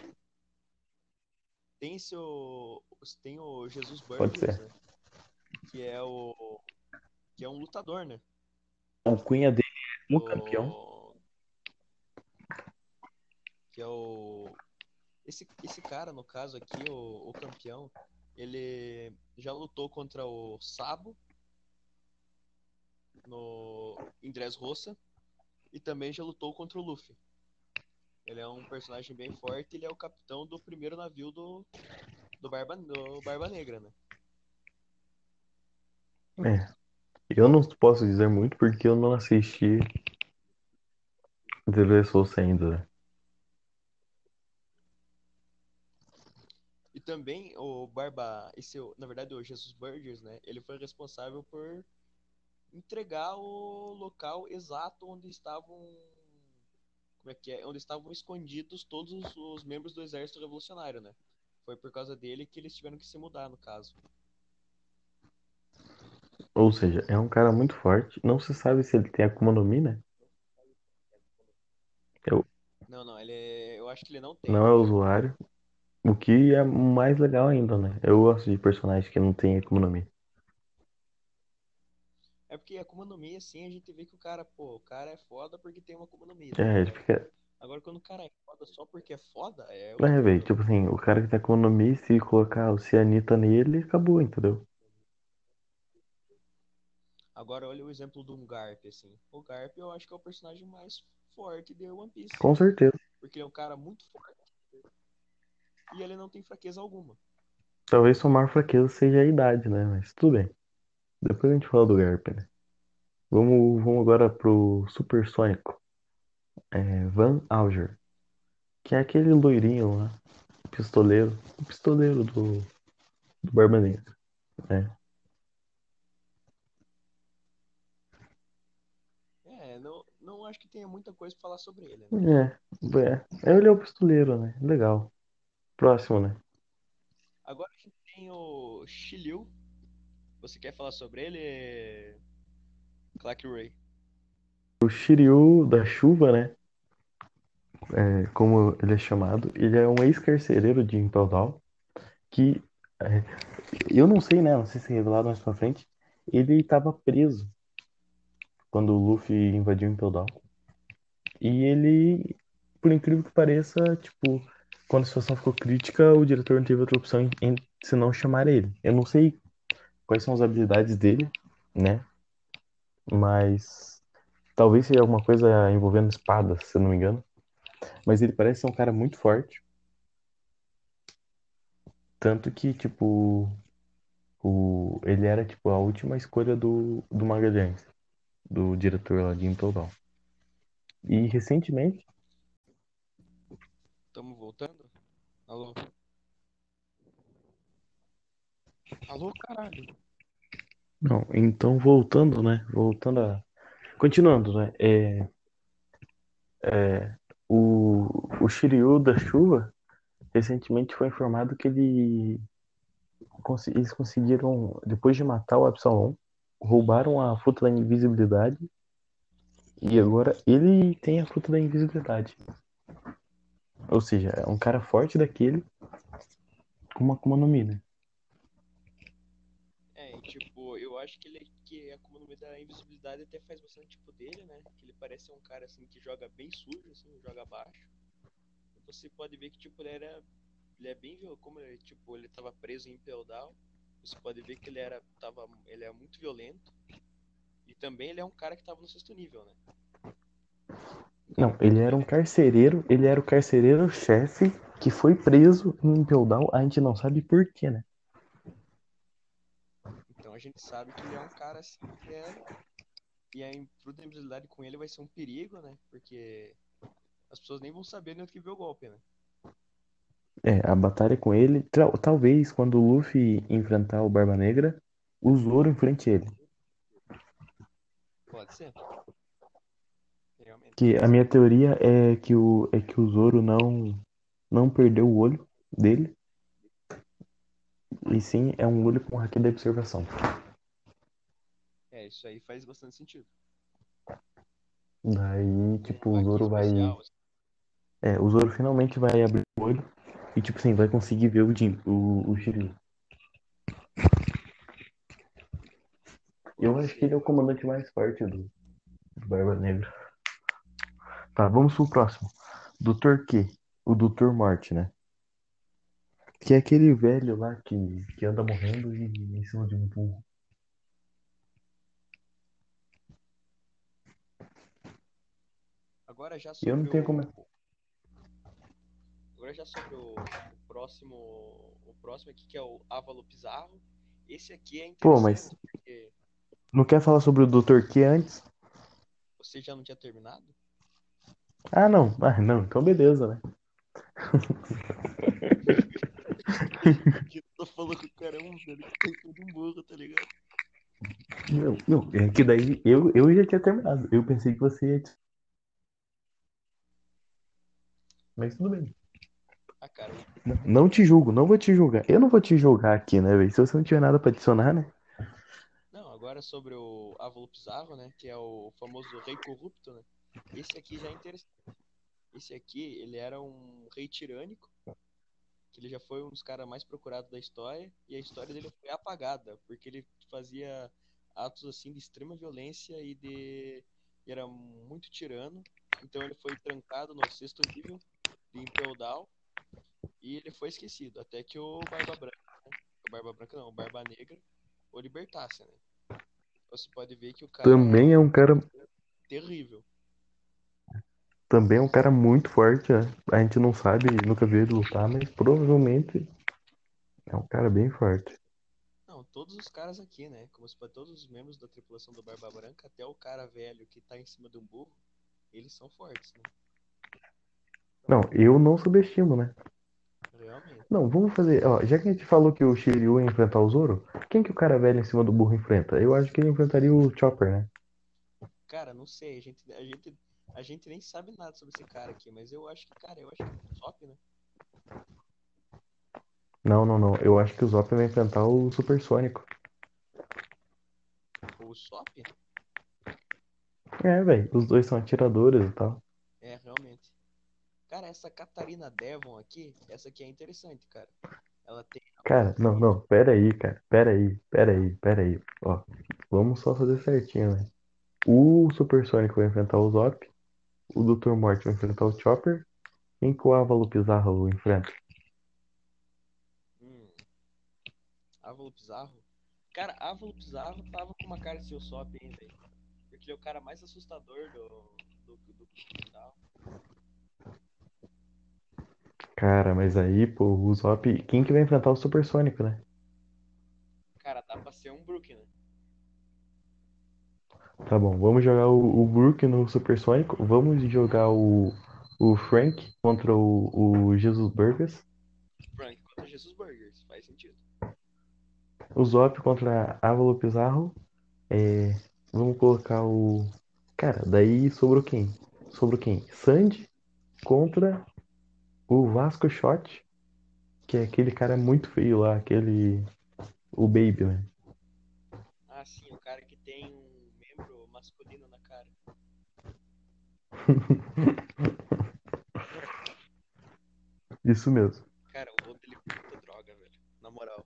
Tem seu. Tem o Jesus Pode Burgers, ser. né? Que é o. Que é um lutador, né? O cunha dele é o campeão. Do. Que é o. Esse cara, no caso aqui, o campeão, ele já lutou contra o Sabo no em Dressrosa e também já lutou contra o Luffy. Ele é um personagem bem forte, ele é o capitão do primeiro navio do Barba Negra, né? É. Eu não posso dizer muito porque eu não assisti The Last of Us ainda, né? E também o Barba, na verdade o Jesus Burgers, né? Ele foi responsável por entregar o local exato onde estavam, como é que é? Onde estavam escondidos todos os membros do Exército Revolucionário, né? Foi por causa dele que eles tiveram que se mudar, no caso. Ou seja, é um cara muito forte. Não se sabe se ele tem Akuma no Mi, né? Eu, Não, não, eu acho que ele não tem. não é usuário. O que é mais legal ainda, né? Eu gosto de personagens que não têm Akuma no Mi. É porque a Akuma no Mi, assim, a gente vê que o cara é foda porque tem uma Akuma no Mi, tá É, ele ligado? fica. Agora, quando o cara é foda só porque é foda, é É, outra velho, coisa, né? tipo assim, o cara que tem Akuma no Mi, se colocar o Cianita nele, acabou, entendeu? Agora, olha o exemplo de um Garp, assim. O Garp, eu acho que é o personagem mais forte de One Piece. Com certeza. Porque ele é um cara muito forte e ele não tem fraqueza alguma. Talvez sua maior fraqueza seja a idade, né? Mas tudo bem. Depois a gente fala do Garp, né? Vamos agora pro Supersônico. Van Alger, que é aquele loirinho lá, pistoleiro, o pistoleiro do Barba Negra, né? Não acho que tenha muita coisa pra falar sobre ele, né? Ele é o pistoleiro, né? Legal. Próximo, né? Agora a gente tem o Shiryu. Você quer falar sobre ele, Clark Ray? O Shiryu da Chuva, né? Como ele é chamado, ele é um ex-carcereiro de Impel Down que é, eu não sei, né? Não sei se é revelado mais pra frente. Ele estava preso quando o Luffy invadiu Impel Down. E ele, por incrível que pareça, tipo, quando a situação ficou crítica, o diretor não teve outra opção em senão chamar ele. Eu não sei quais são as habilidades dele, né? Mas talvez seja alguma coisa envolvendo espadas, se eu não me engano. Mas ele parece ser um cara muito forte. Tanto que, tipo, ele era, tipo, a última escolha do Magalhães, do diretor lá de Impel Down. E recentemente. Tamo voltando? Alô? Alô, caralho. Não, então voltando, né? Continuando, né? O Shiryu da Chuva recentemente foi informado que eles conseguiram, depois de matar o Absalom, roubaram a fruta da invisibilidade e agora ele tem a fruta da invisibilidade. Ou seja, é um cara forte daquele com uma Akuma no Mi, né? E tipo, eu acho que a Akuma no Mi da invisibilidade até faz bastante tipo dele, né? Que ele parece ser um cara assim que joga bem sujo, assim, joga baixo. E você pode ver que tipo ele é bem como ele, tipo, ele tava preso em Impel Down. Você pode ver que ele é muito violento e também ele é um cara que tava no sexto nível, né? Um cara Não, muito violento. ele era o carcereiro-chefe que foi preso em Impel Down, a gente não sabe por quê, né? Então a gente sabe que ele é um cara assim que é e a imprudentialidade com ele vai ser um perigo, né? Porque as pessoas nem vão saber nem o que viu o golpe, né? A batalha com ele, talvez quando o Luffy enfrentar o Barba Negra, o Zoro enfrente ele. Pode ser, realmente Que pode a ser. minha teoria é que o Zoro não perdeu o olho dele, e sim é um olho com haki da observação. Isso aí faz bastante sentido. Daí, Um tipo, haki especial, assim. o Zoro finalmente vai abrir o olho e, tipo assim, vai conseguir ver o Shiryu. Eu Pode acho que ele ser, é o pode ser. comandante mais forte do Barba Negra. Tá, vamos pro próximo. Doutor Q, o Doutor Morte, né? Que é aquele velho lá que anda morrendo e em cima de um burro. Agora já Eu não sobre tenho como. agora já sobre o próximo aqui que é o Ávalo Pizarro. Esse aqui é Pô, mas interessante porque não quer falar sobre o Doutor Q antes? você já não tinha terminado? Ah, não. Ah, não. Então beleza, né? Que eu tô falando com o cara é um velho que tá em cima de um burro, tá ligado? Não, não. É que daí eu já tinha terminado. Eu pensei que você ia. Mas tudo bem. Ah, cara, Não, não te julgo, não vou te julgar. Eu não vou te julgar aqui, né, velho? Se você não tiver nada pra adicionar, né? não, agora sobre o Ávalo Pizarro, né? Que é o famoso rei corrupto, né? Esse aqui já é interessante. Esse aqui, ele era um rei tirânico, que ele já foi um dos caras mais procurados da história, e a história dele foi apagada, porque ele fazia atos assim de extrema violência e era muito tirano. Então ele foi trancado no sexto nível de Impel Down e ele foi esquecido, até que o Barba Branca, né? O Barba Branca não, o Barba Negra o libertasse, né? Você pode ver que o cara Também é é um cara. terrível. Também é um cara muito forte, né? A gente não sabe, nunca viu ele lutar, mas provavelmente é um cara bem forte. Não, todos os caras aqui, né? Como se para todos os membros da tripulação do Barba Branca, até o cara velho que tá em cima de um burro, eles são fortes, né? Não, eu não subestimo, né? Realmente. Não, vamos fazer. Ó, já que a gente falou que o Shiryu ia enfrentar o Zoro, quem que o cara velho em cima do burro enfrenta? Eu acho que ele enfrentaria o Chopper, né? Cara, não sei, a gente nem sabe nada sobre esse cara aqui, mas eu acho que, cara, eu acho que é o Sop, né? Não, não, não. Eu acho que o Zop vai enfrentar o Supersônico. O Sop? É, velho. Os dois são atiradores e tal. É, realmente. Cara, essa Catarina Devon aqui, essa aqui é interessante, cara. Ela tem a Cara, não, poder. não. Pera aí, cara. Pera aí. Ó, vamos só fazer certinho, né? O Supersônico vai enfrentar o Zop. O Dr. Morte vai enfrentar o Chopper. Quem que o Ávalo Pizarro enfrenta? Hum, Ávalo Pizarro. Cara, Ávalo Pizarro tava com uma cara de seu Sop, hein, velho. Porque ele é o cara mais assustador do tal. Cara, mas aí, pô, o Zop. Quem que vai enfrentar o Supersônico, né? Cara, dá pra ser um Brook, né? Tá bom, vamos jogar o Brook no Supersônico. Vamos jogar o Frank contra o Jesus Burgers. Frank contra Jesus Burgers, faz sentido. O Zop contra Ávalo Pizarro. É, vamos colocar o. Cara, daí sobrou quem? Sobrou quem? Sandy contra o Vasco Shot, que é aquele cara muito feio lá, aquele. O Baby, né? Ah, sim, o cara que tem um membro masculino na cara. Isso mesmo. Cara, o Oda ele curte muita droga, velho. Na moral.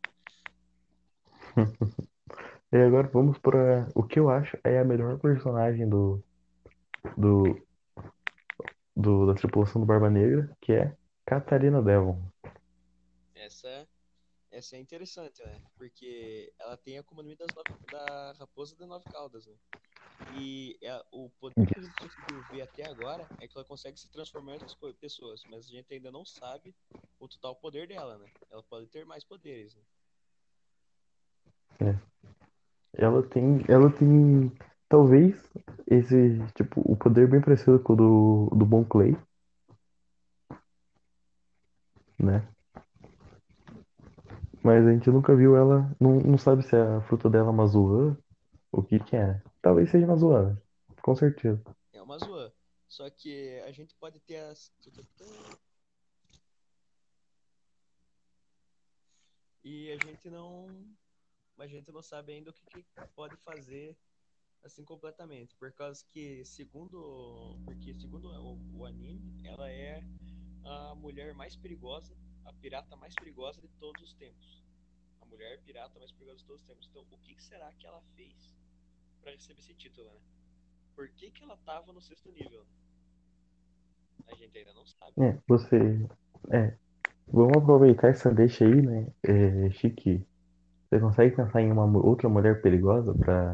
E agora vamos para o que eu acho é a melhor personagem do, da tripulação do Barba Negra, que é Catarina Devon. Essa, essa é interessante, né? Porque ela tem a Akuma da Raposa de Nove Caudas, né? O poder que a gente conseguiu ver até agora é que ela consegue se transformar em outras pessoas, mas a gente ainda não sabe o total poder dela, né? Ela pode ter mais poderes, né? É. Ela tem, talvez, esse, tipo, o poder bem parecido com o do Bon Clay, né? Mas a gente nunca viu ela, não sabe se é a fruta dela é maçã, o que que é, né? Talvez seja maçã, né? Com certeza. É uma zoa. Só que a gente pode ter as. E a gente não sabe ainda o que pode fazer assim completamente, por causa que segundo o anime, ela é a mulher mais perigosa, a pirata mais perigosa de todos os tempos. A mulher pirata mais perigosa de todos os tempos. Então, o que será que ela fez para receber esse título, né? Por que ela tava no sexto nível? Né? A gente ainda não sabe. É, você, é, vamos aproveitar essa deixa aí, né? Chique, você consegue pensar em uma outra mulher perigosa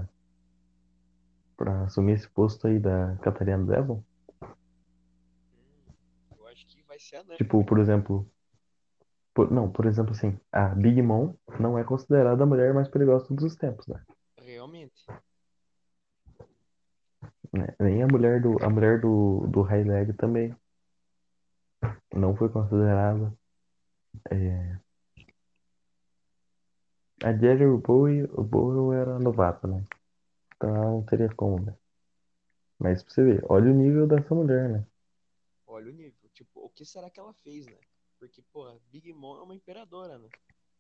pra assumir esse posto aí da Catarina Devon? Hum, eu acho que vai ser a Nami, Tipo, por exemplo, não, por exemplo assim, a Big Mom não é considerada a mulher mais perigosa de todos os tempos, né? realmente. Nem a mulher do High Leg também não foi considerada. É, a Jerry o Bowie era novato, né? Então ela não teria como, né? Mas pra você ver, olha o nível dessa mulher, né? Olha o nível. Tipo, o que será que ela fez, né? Porque, pô, Big Mom é uma imperadora, né?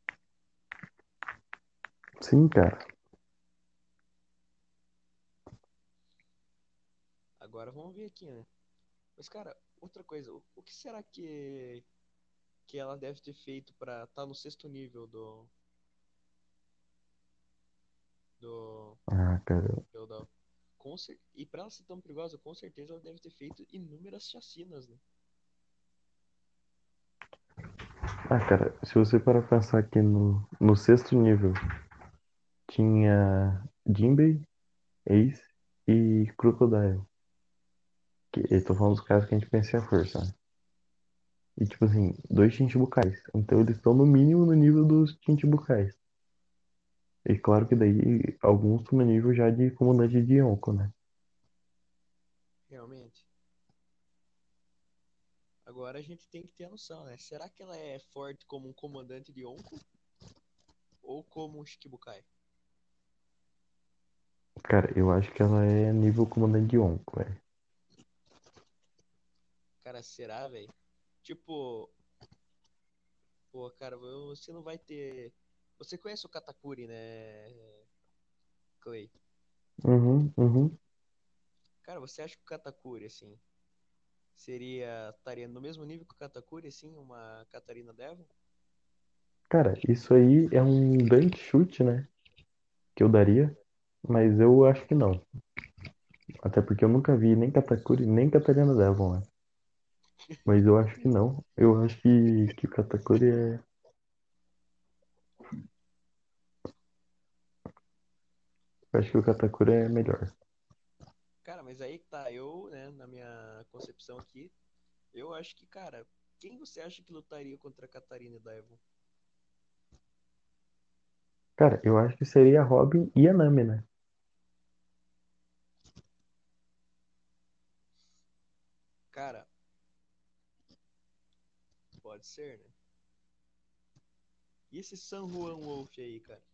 Sim, cara. Agora vamos ver aqui, né? Mas, cara, outra coisa, o que será que ela deve ter feito pra estar no sexto nível do Ah, cara. feudal? E pra ela ser tão perigosa, com certeza ela deve ter feito inúmeras chacinas, né? Ah, cara, se você parar pra pensar que no sexto nível tinha Jinbei, Ace e Crocodile. Que, eu tô falando dos caras que a gente pensa a força, né? E tipo assim, dois Chichibukais. Então eles estão no mínimo no nível dos Chichibukais. E claro que daí alguns estão no nível já de comandante de Yonko, né? Realmente. Agora a gente tem que ter a noção, né? Será que ela é forte como um comandante de Onko ou como um Shikibukai? Cara, eu acho que ela é nível comandante de Yonko, velho. Cara, será, velho? Tipo, pô, cara, você não vai ter. Você conhece o Katakuri, né, Clay? Uhum, uhum. Cara, você acha que o Katakuri, assim, estaria no mesmo nível que o Katakuri, assim, uma Catarina Devon? Cara, isso aí é um grande chute, né? Que eu daria, mas eu acho que não. Até porque eu nunca vi nem Katakuri, nem Katarina Devon, né? Mas eu acho que não. Eu acho que o Katakuri é. Eu acho que o Katakuri é melhor. Cara, mas aí que tá, eu, né, na minha concepção aqui, eu acho que, cara, quem você acha que lutaria contra a Catarina Devon? Cara, eu acho que seria a Robin e a Nami, né? Cara, pode ser, né? E esse San Juan Wolf aí, cara?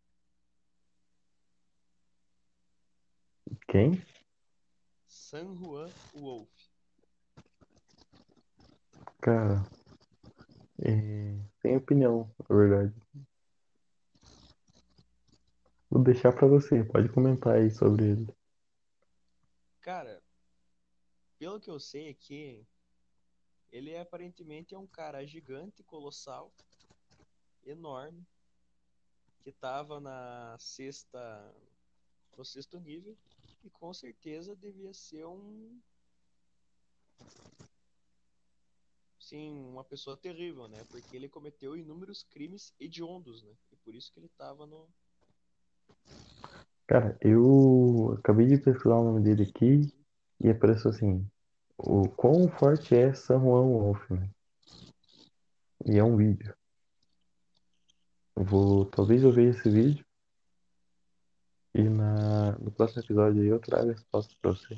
Quem? San Juan Wolf. Cara, tem opinião, na verdade. Vou deixar pra você, pode comentar aí sobre ele. Cara, pelo que eu sei aqui, ele aparentemente é um cara gigante, colossal, enorme, que tava no sexto nível e com certeza devia ser sim, uma pessoa terrível, né? Porque ele cometeu inúmeros crimes hediondos, né? E por isso que ele tava no. Cara, eu acabei de pesquisar o nome dele aqui e apareceu assim, o quão forte é San Juan Wolf, né? E é um vídeo. Talvez eu veja esse vídeo e no próximo episódio aí eu trago a resposta pra você.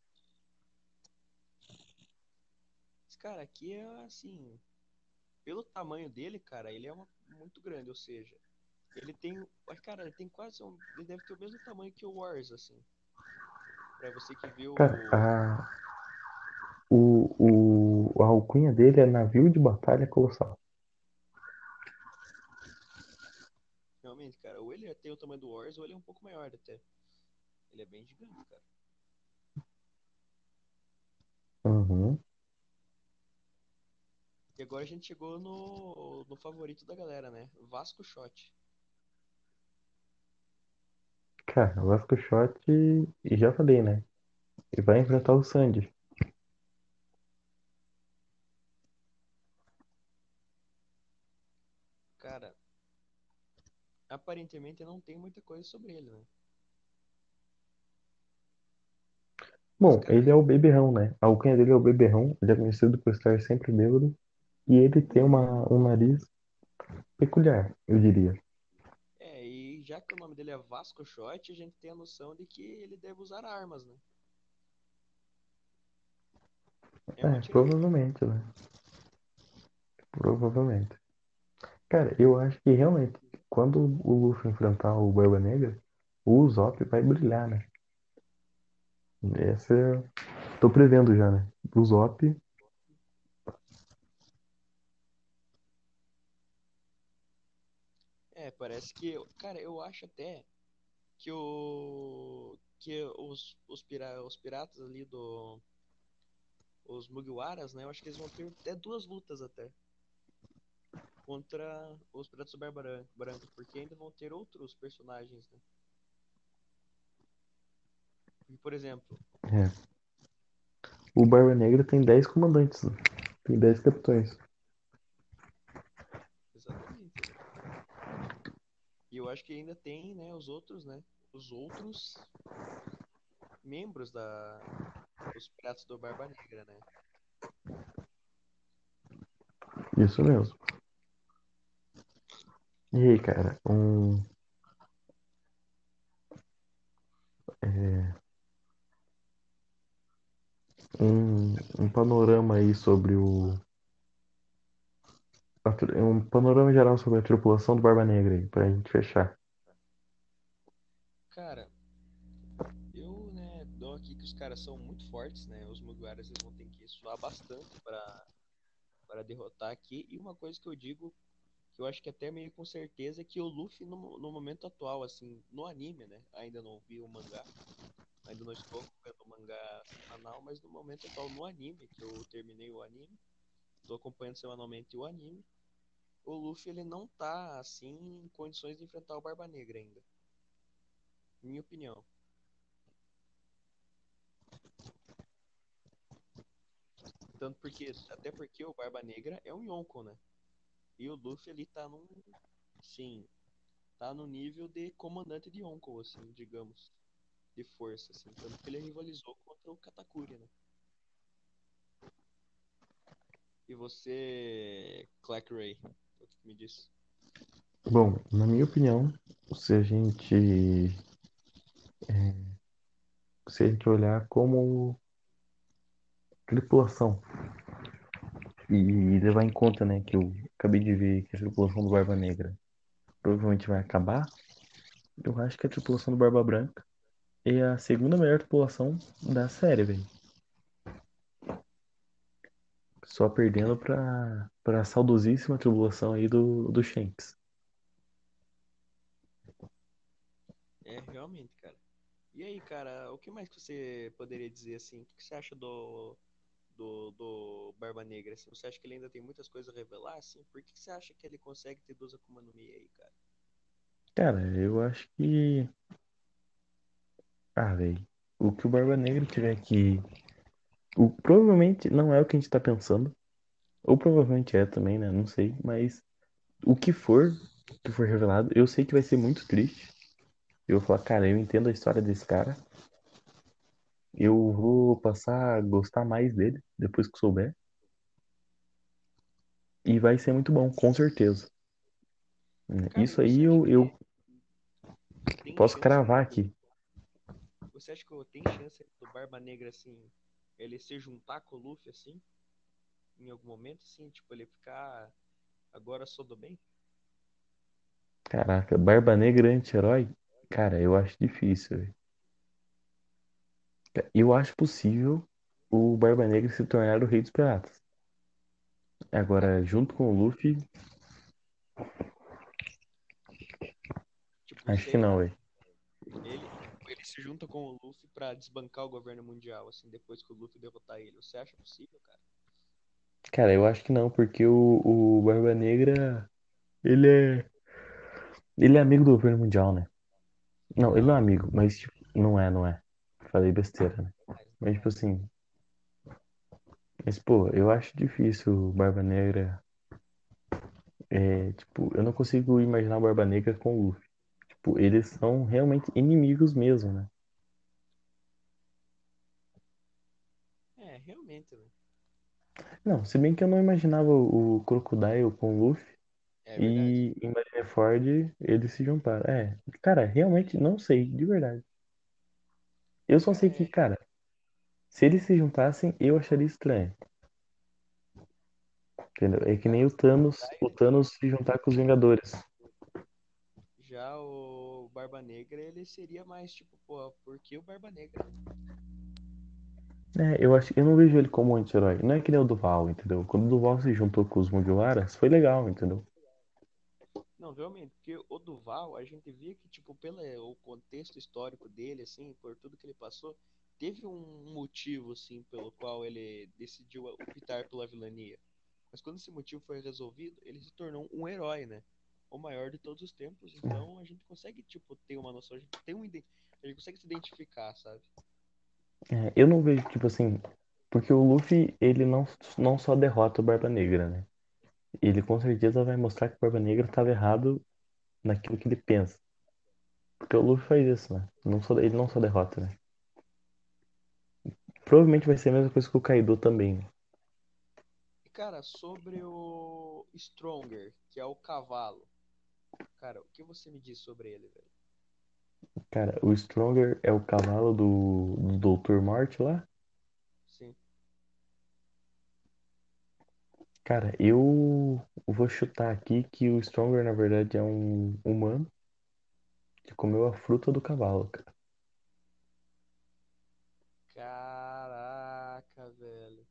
Esse cara aqui é assim, pelo tamanho dele, cara, muito grande, ou seja, ele tem, cara, ele tem ele deve ter o mesmo tamanho que o Wars, assim. Pra você que Cara, viu, a alcunha dele é navio de batalha colossal. realmente, cara, ou ele tem o tamanho do Wars ou ele é um pouco maior até. Ele é bem gigante, cara. Uhum. E agora a gente chegou no favorito da galera, né? Vasco Shot. Cara, o Vasco Shot, e já falei, né? E vai enfrentar o Sandy. Cara, aparentemente não tem muita coisa sobre ele, né? Mas, Bom, cara, ele é o beberrão, né? A alcunha dele é o beberrão, ele é conhecido por estar sempre bêbado. E ele tem um nariz peculiar, eu diria. e já que o nome dele é Vasco Shot, a gente tem a noção de que ele deve usar armas, né? É um É, atirador. provavelmente, né? Provavelmente. Cara, eu acho que realmente, quando o Luffy enfrentar o Barba Negra, o Usopp vai brilhar, né? Essa é... Tô prevendo já, né? O Usopp, É, parece que, cara, eu acho até que os piratas ali os Mugiwaras, né? Eu acho que eles vão ter até duas lutas até contra os Piratas do Branca, porque ainda vão ter outros personagens, né? E, por exemplo, é, o Barba Negra tem 10 comandantes, né? Tem 10 capitães. exatamente, né? E eu acho que ainda tem, né, os outros membros dos Piratas do Barba Negra, né? Isso mesmo. E aí, cara, é, um panorama aí sobre um panorama geral sobre a tripulação do Barba Negra aí, pra gente fechar. Cara, aqui que os caras são muito fortes, né? Os Mugiwaras eles vão ter que suar bastante para derrotar aqui. E uma coisa que eu digo, que eu acho que até meio com certeza, é que o Luffy no momento atual, assim, no anime, né? Ainda não vi o mangá, ainda não estou acompanhando o mangá semanal, mas no momento atual, no anime, que eu terminei o anime, estou acompanhando semanalmente o anime, o Luffy ele não tá, assim, em condições de enfrentar o Barba Negra ainda. Minha opinião. Tanto porque, até porque o Barba Negra é um Yonko, né? E o Luffy ele tá num, sim, tá no nível de comandante de Yonko, assim, digamos, de força, assim. Tanto que ele rivalizou contra o Katakuri, né? E você, Clack Ray, o que me diz? Bom, na minha opinião, se a gente, se a gente olhar como tripulação e levar em conta, né, que eu acabei de ver que a tripulação do Barba Negra provavelmente vai acabar, eu acho que a tripulação do Barba Branca é a segunda melhor tripulação da série, velho. Só perdendo pra saudosíssima tripulação aí do Shanks. É, realmente, cara. E aí, cara, o que mais que você poderia dizer, assim? O que você acha do Barba Negra, assim? Você acha que ele ainda tem muitas coisas a revelar, assim? Por que você acha que ele consegue ter duas Akuma no Mi aí, cara? Cara, eu acho que. Ah, velho. O que o Barba Negra tiver aqui. Provavelmente não é o que a gente tá pensando. Ou provavelmente é também, né? Não sei. Mas o que for revelado, eu sei que vai ser muito triste. Eu vou falar, cara, eu entendo a história desse cara. Eu vou passar a gostar mais dele depois que souber. E vai ser muito bom, com certeza. Cara, e Isso aí você acha eu que tem posso chance cravar do. aqui. Você acha que tem chance do Barba Negra, assim, ele se juntar com o Luffy, assim, em algum momento, assim, tipo, ele ficar. Agora sou do bem? Caraca, Barba Negra anti-herói? Cara, eu acho difícil, velho. Eu acho possível o Barba Negra se tornar o Rei dos Piratas. Cara, Agora, tem. junto com o Luffy, Tipo, acho que não, velho. ele se junta com o Luffy pra desbancar o governo mundial, assim, depois que o Luffy derrotar ele. Você acha possível, cara? Cara, eu acho que não, porque o Barba Negra, ele é, ele é amigo do governo mundial, né? Não, ele não é Não, amigo, mas tipo, não é. Falei besteira, né? mas Mas não tipo é. assim, mas pô, eu acho difícil o Barba Negra, tipo, eu não consigo imaginar o Barba Negra com o Luffy. Tipo, eles são realmente inimigos mesmo, né? É, realmente, né? Não, se bem que eu não imaginava o Crocodile com o Luffy É verdade. e em Marineford eles se juntaram. É, cara, realmente não sei, de verdade. Eu só Cara, sei que, é. cara, se eles se juntassem, eu acharia estranho. Entendeu? É que Cara, nem o O Crocodile, Thanos se juntar com os Vingadores. já o Barba Negra, ele seria mais tipo, pô, por que o Barba Negra, né? É, eu não vejo ele como um anti-herói. Não é que nem o Duval, entendeu? Quando o Duval se juntou com os Mugiwaras, foi legal, entendeu? Não, realmente, porque o Duval, a gente via que, tipo, pelo o contexto histórico dele, assim, por tudo que ele passou, teve um motivo, assim, pelo qual ele decidiu optar pela vilania. Mas quando esse motivo foi resolvido, ele se tornou um herói, né? O maior de todos os tempos. Então a gente consegue, tipo, ter uma noção, a gente tem a gente consegue se identificar, sabe? É, eu não vejo, tipo assim, porque o Luffy, ele não só derrota o Barba Negra, né? Ele com certeza vai mostrar que o Barba Negra estava errado naquilo que ele pensa. Porque o Luffy faz isso, né? Ele não só derrota, né? Provavelmente vai ser a mesma coisa que o Kaido também, né? E, cara, sobre o Stronger, que é o cavalo. Cara, o que você me diz sobre ele, velho? Cara, o Stronger é o cavalo do Dr. Morte lá. Sim. Cara, eu vou chutar aqui que o Stronger, na verdade, é um humano que comeu a fruta do cavalo, cara. Caraca, velho.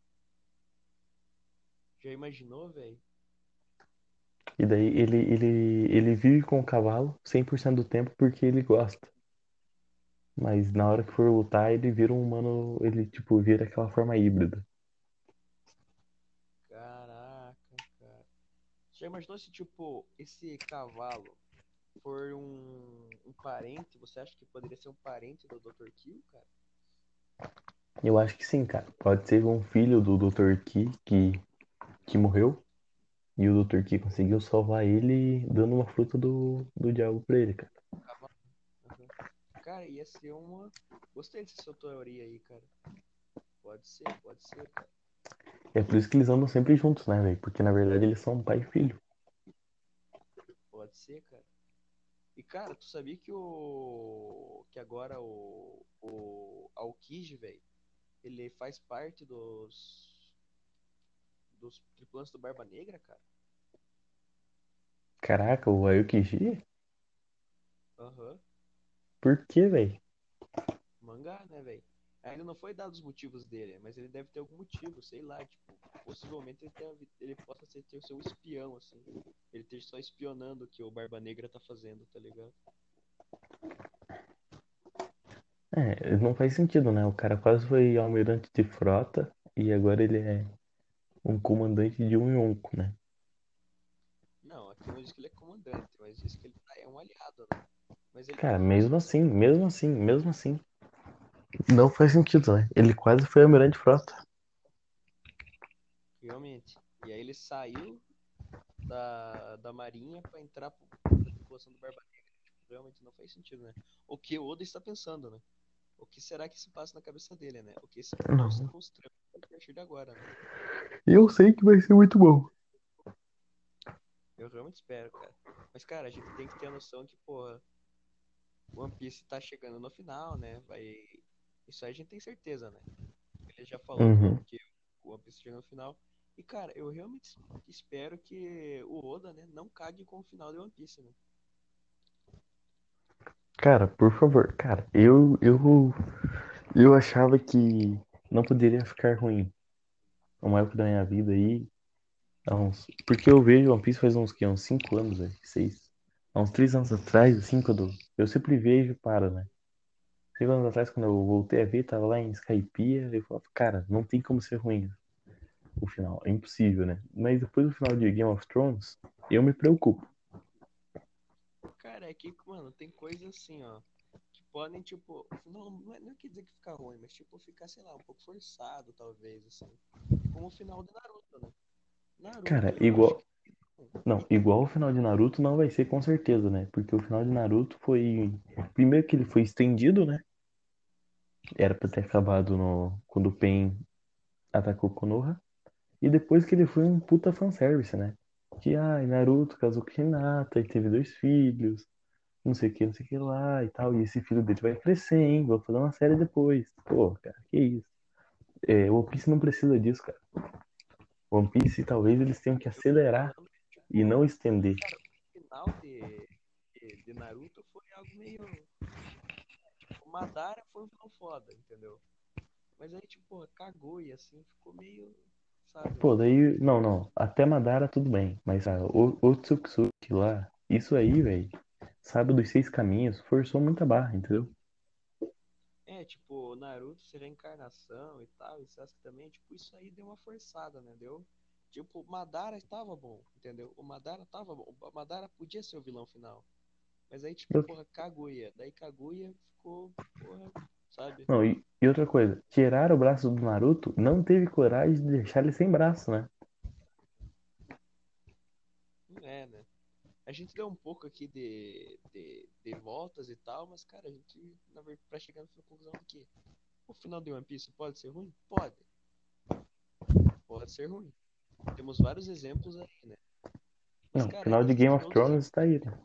Já imaginou, velho? E daí ele vive com o cavalo 100% do tempo porque ele gosta. Mas na hora que for lutar, ele vira um humano, ele tipo vira aquela forma híbrida. Caraca, cara. Já imaginou se, tipo, esse cavalo for um parente? Você acha que poderia ser um parente do Dr. Kill, cara? Eu acho que sim, cara. Pode ser um filho do Dr. Ki que morreu e o Dr. Ki conseguiu salvar ele dando uma fruta do diabo pra ele, cara. Cavalo. Aham. Cara, ia ser uma. Gostei dessa sua teoria aí, cara. Pode ser, cara. É por isso que eles andam sempre juntos, né, velho? Porque na verdade eles são pai e filho. Pode ser, cara. E, cara, tu sabia que o. Que agora o Aokiji, velho, ele faz parte dos tripulantes do Barba Negra, cara? Caraca, o Aokiji? Aham. Por quê, velho? Mangá, né, velho? Ainda não foi dado os motivos dele, mas ele deve ter algum motivo, sei lá, tipo, possivelmente ele possa ter seu espião, assim. Ele esteja só espionando o que o Barba Negra tá fazendo, tá ligado? É, não faz sentido, né? O cara quase foi almirante de frota e agora ele é um comandante de um yonko, né? Não, aqui não diz que ele é comandante, mas diz que ele é um aliado, né? Mas ele Cara, tem uma mesmo missão, assim, mesmo assim, mesmo assim. Não faz sentido, né? Ele quase foi almirante de frota. realmente. E aí ele saiu da Marinha pra entrar pra tripulação do Barba Negra. Tipo, realmente não faz sentido, né? O que o Oda está pensando, né? O que será que se passa na cabeça dele, né? Qual Não. serão os trampos a partir de agora, né? Eu sei que vai ser muito bom. Eu realmente espero, cara. Mas, cara, a gente tem que ter a noção que, porra, One Piece tá chegando no final, né? Isso aí a gente tem certeza, né? Ele já falou Uhum. que o One Piece chega no final. E, cara, eu realmente espero que o Oda, né, não cague com o final de One Piece, né? Cara, por favor, cara, eu achava que não poderia ficar ruim uma época da minha vida aí, porque eu vejo One Piece faz uns, que, uns 5 anos, velho, 6. Há uns 3 anos atrás, assim, quando eu sempre vejo e para, né? 5 anos atrás, quando eu voltei a ver, tava lá em Skypiea, eu falava, cara, não tem como ser ruim o final, é impossível, né? Mas depois do final de Game of Thrones, eu me preocupo. Cara, é que, mano, tem coisas assim, ó, que podem, tipo, não quer dizer que fica ruim, mas, tipo, ficar, sei lá, um pouco forçado, talvez, assim. Como o final de Naruto, né? Cara, Naruto, eu acho igual, que. não, igual o final de Naruto não vai ser com certeza, né? Porque o final de Naruto foi. Primeiro que ele foi estendido, né? Era pra ter acabado no... quando o Pain atacou Konoha. E depois que ele foi um puta fanservice, né? Que, ai, Naruto casou com Hinata e teve 2 filhos, não sei o que lá e tal. E esse filho dele vai crescer, hein? Vou fazer uma série depois. Pô, cara, que isso? É, One Piece não precisa disso, cara. One Piece talvez eles tenham que Eu tô acelerar falando, e tipo, não estender. cara, o final de Naruto foi algo meio. Tipo, Madara foi um vilão foda, entendeu? Mas aí, tipo, porra, cagou e assim, ficou meio. Sabe? Pô, daí, não, não. Até Madara tudo bem. Mas o Otsutsuki lá, isso aí, velho, sabe dos 6 caminhos, forçou muita barra, entendeu? É, tipo, Naruto ser a encarnação e tal, e Sasuke também, tipo, isso aí deu uma forçada, né? Deu. Tipo, Madara estava bom, entendeu? O Madara tava bom. O Madara podia ser o vilão final. Mas aí, tipo, Eu- porra, Kaguya. Daí Kaguya ficou, porra, sabe? Não, e outra coisa, tirar o braço do Naruto, não teve coragem de deixar ele sem braço, né? Não é, né? A gente deu um pouco aqui de voltas e tal, mas, cara, a gente, na verdade, pra chegar na conclusão de que o final de One Piece pode ser ruim? Pode. Pode ser ruim. Temos vários exemplos aí, né? Mas, Não, o cara, final de Game existem of outros. Thrones tá aí, né?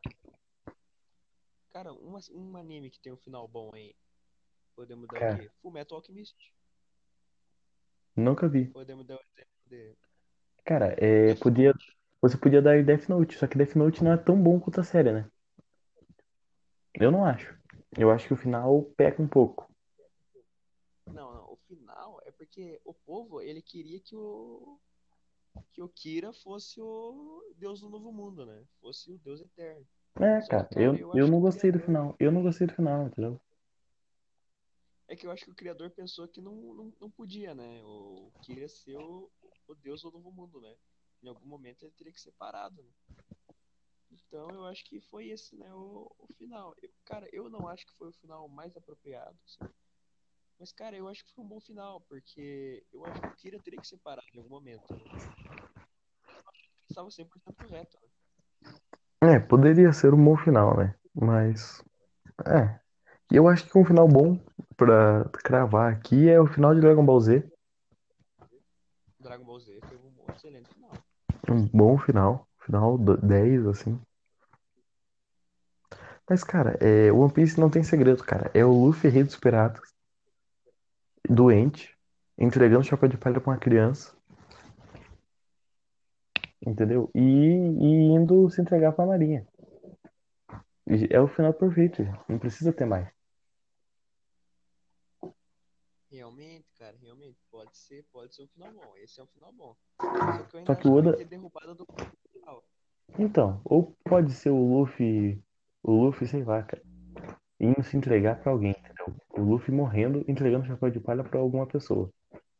Cara, um anime que tem um final bom aí. Podemos dar o Cara, quê? Fullmetal Alchemist. nunca vi. Podemos dar o exemplo de Cara, Death podia, Note. você podia dar Death Note, só que Death Note não é tão bom quanto a série, né? Eu não acho. Eu acho que o final peca um pouco. final é porque o povo, ele queria que o Kira fosse o Deus do Novo Mundo, né? Fosse o Deus eterno. É, Só que, cara, cara, eu, eu eu acho não que o gostei do criador. final. Eu não gostei do final, entendeu? É que eu acho que o criador pensou que não podia, né? O Kira ser o Deus do Novo Mundo, né? Em algum momento ele teria que ser parado, né? Então eu acho que foi esse, né, o final. Cara, eu não acho que foi o final mais apropriado, assim. Mas, cara, eu acho que foi um bom final, porque eu acho que o Kira teria que ser parado em algum momento, né? Ele estava 100% correto, né? É, poderia ser um bom final, né? Mas, é. E eu acho que um final bom pra cravar aqui é o final de Dragon Ball Z. Dragon Ball Z foi um excelente final. Um bom final. Final 10, assim. Mas, cara, One Piece não tem segredo, cara. É o Luffy, rei dos piratas, doente, entregando chapéu de palha pra uma criança, entendeu? E indo se entregar pra Marinha. É o final perfeito, gente. Não precisa ter mais. Realmente, cara, realmente, pode ser um final bom. Esse é um final bom. Só que eu Só ainda que acho o que vai Oda. ter derrubada do final. Então, ou pode ser o Luffy, sei lá, cara, indo se entregar pra alguém, entendeu? O Luffy morrendo, entregando chapéu de palha pra alguma pessoa.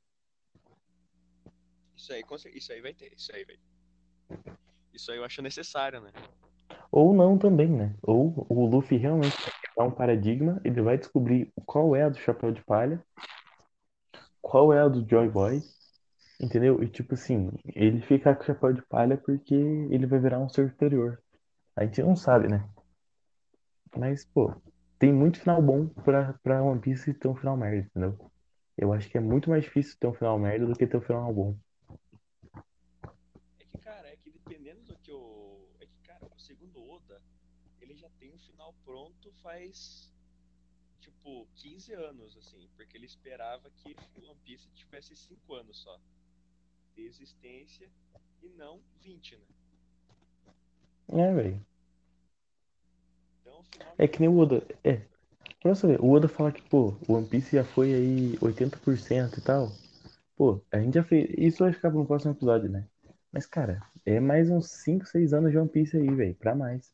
Isso aí vai ter, isso aí eu acho necessário, né? Ou não também, né? Ou o Luffy realmente vai quebrar um paradigma, ele vai descobrir qual é a do chapéu de palha, qual é a do Joy Boy, entendeu? E tipo assim, ele fica com o chapéu de palha porque ele vai virar um ser superior. A gente não sabe, né? Mas, pô, tem muito final bom pra One Piece ter um final merda, entendeu? Eu acho que é muito mais difícil ter um final merda do que ter um final bom. É que, cara, é que dependendo do que o. É que, cara, o segundo Oda, ele já tem um final pronto faz, tipo, 15 anos, assim. Porque ele esperava que o One Piece tivesse 5 anos só de existência e não 20, né? É, velho. Então o final já É que tá nem o Oda. pronto. Pra você ver, o Oda fala que, pô, o One Piece já foi aí 80% e tal. Pô, a gente já fez. Isso vai ficar pro próximo episódio, né? Mas, cara, é mais uns 5 6 anos de One Piece aí, velho. Pra mais.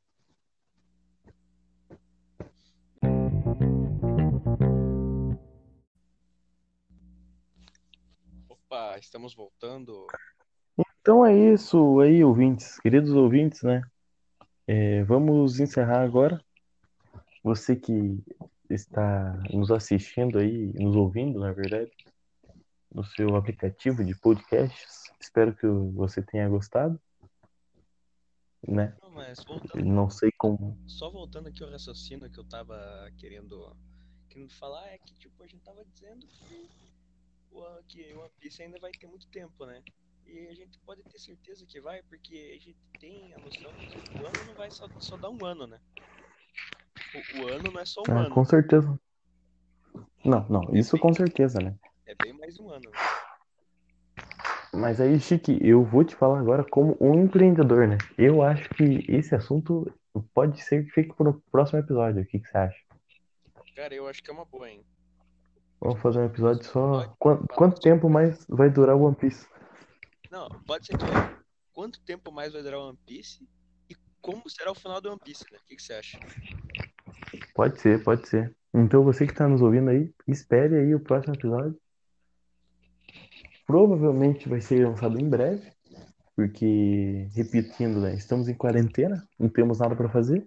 Opa, estamos voltando. Então é isso aí, ouvintes. Queridos ouvintes, né? Vamos encerrar agora. Você que está nos assistindo aí, nos ouvindo, na verdade, no seu aplicativo de podcasts. Espero que você tenha gostado, né? Não, mas voltando, Não sei como. só voltando aqui ao raciocínio que eu tava querendo falar, é que, tipo, a gente tava dizendo que o One Piece ainda vai ter muito tempo, né? E a gente pode ter certeza que vai, porque a gente tem a noção de que o ano não vai só dar um ano, né? O ano não é só um Ah, ano. com certeza. Não, não, É isso bem, com certeza, né? é bem mais de um ano, né? Mas aí, Chique, eu vou te falar agora como um empreendedor, né? Eu acho que esse assunto pode ser que fique para o próximo episódio. O que que você acha? Cara, eu acho que é uma boa, hein? Vamos fazer Tipo, um no episódio próximo só. episódio, falar Quanto tempo sobre. mais vai durar o One Piece? Não, pode ser aqui, ó. Quanto tempo mais vai durar o One Piece e como será o final do One Piece, né? O que que você acha? Pode ser, pode ser. Então você que está nos ouvindo aí, espere aí o próximo episódio. Provavelmente vai ser lançado em breve, porque, repetindo, né? Estamos em quarentena, não temos nada para fazer.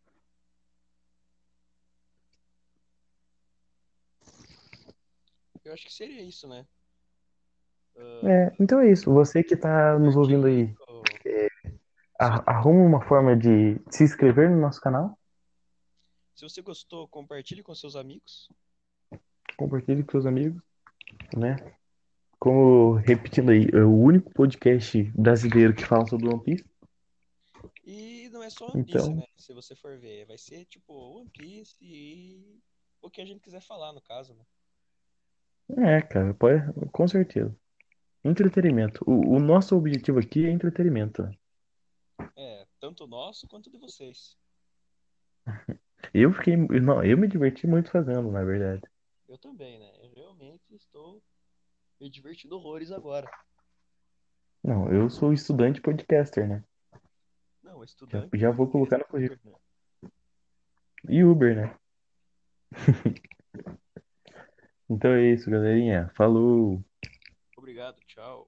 Eu acho que seria isso, né? Então é isso. Você que está nos ouvindo Compartilhe aí, com seus arruma uma forma de se inscrever no nosso canal. Se você gostou, compartilhe com seus amigos. Compartilhe com seus amigos, né? Como, repetindo aí, é o único podcast brasileiro que fala sobre One Piece. E não é só One Piece, Então, né? Se você for ver, vai ser tipo One Piece e o que a gente quiser falar, no caso, né? cara, pode, com certeza. Entretenimento. O nosso objetivo aqui é entretenimento, né? É, tanto nosso quanto de vocês. Eu fiquei, não, eu me diverti muito fazendo, na verdade. Eu também, né? Eu realmente estou me divertindo horrores agora. Não, eu sou estudante podcaster, né? Não, Já, estudante já vou colocar no currículo. podcaster, né? E Uber, né? Então é isso, galerinha. Falou! Obrigado, tchau.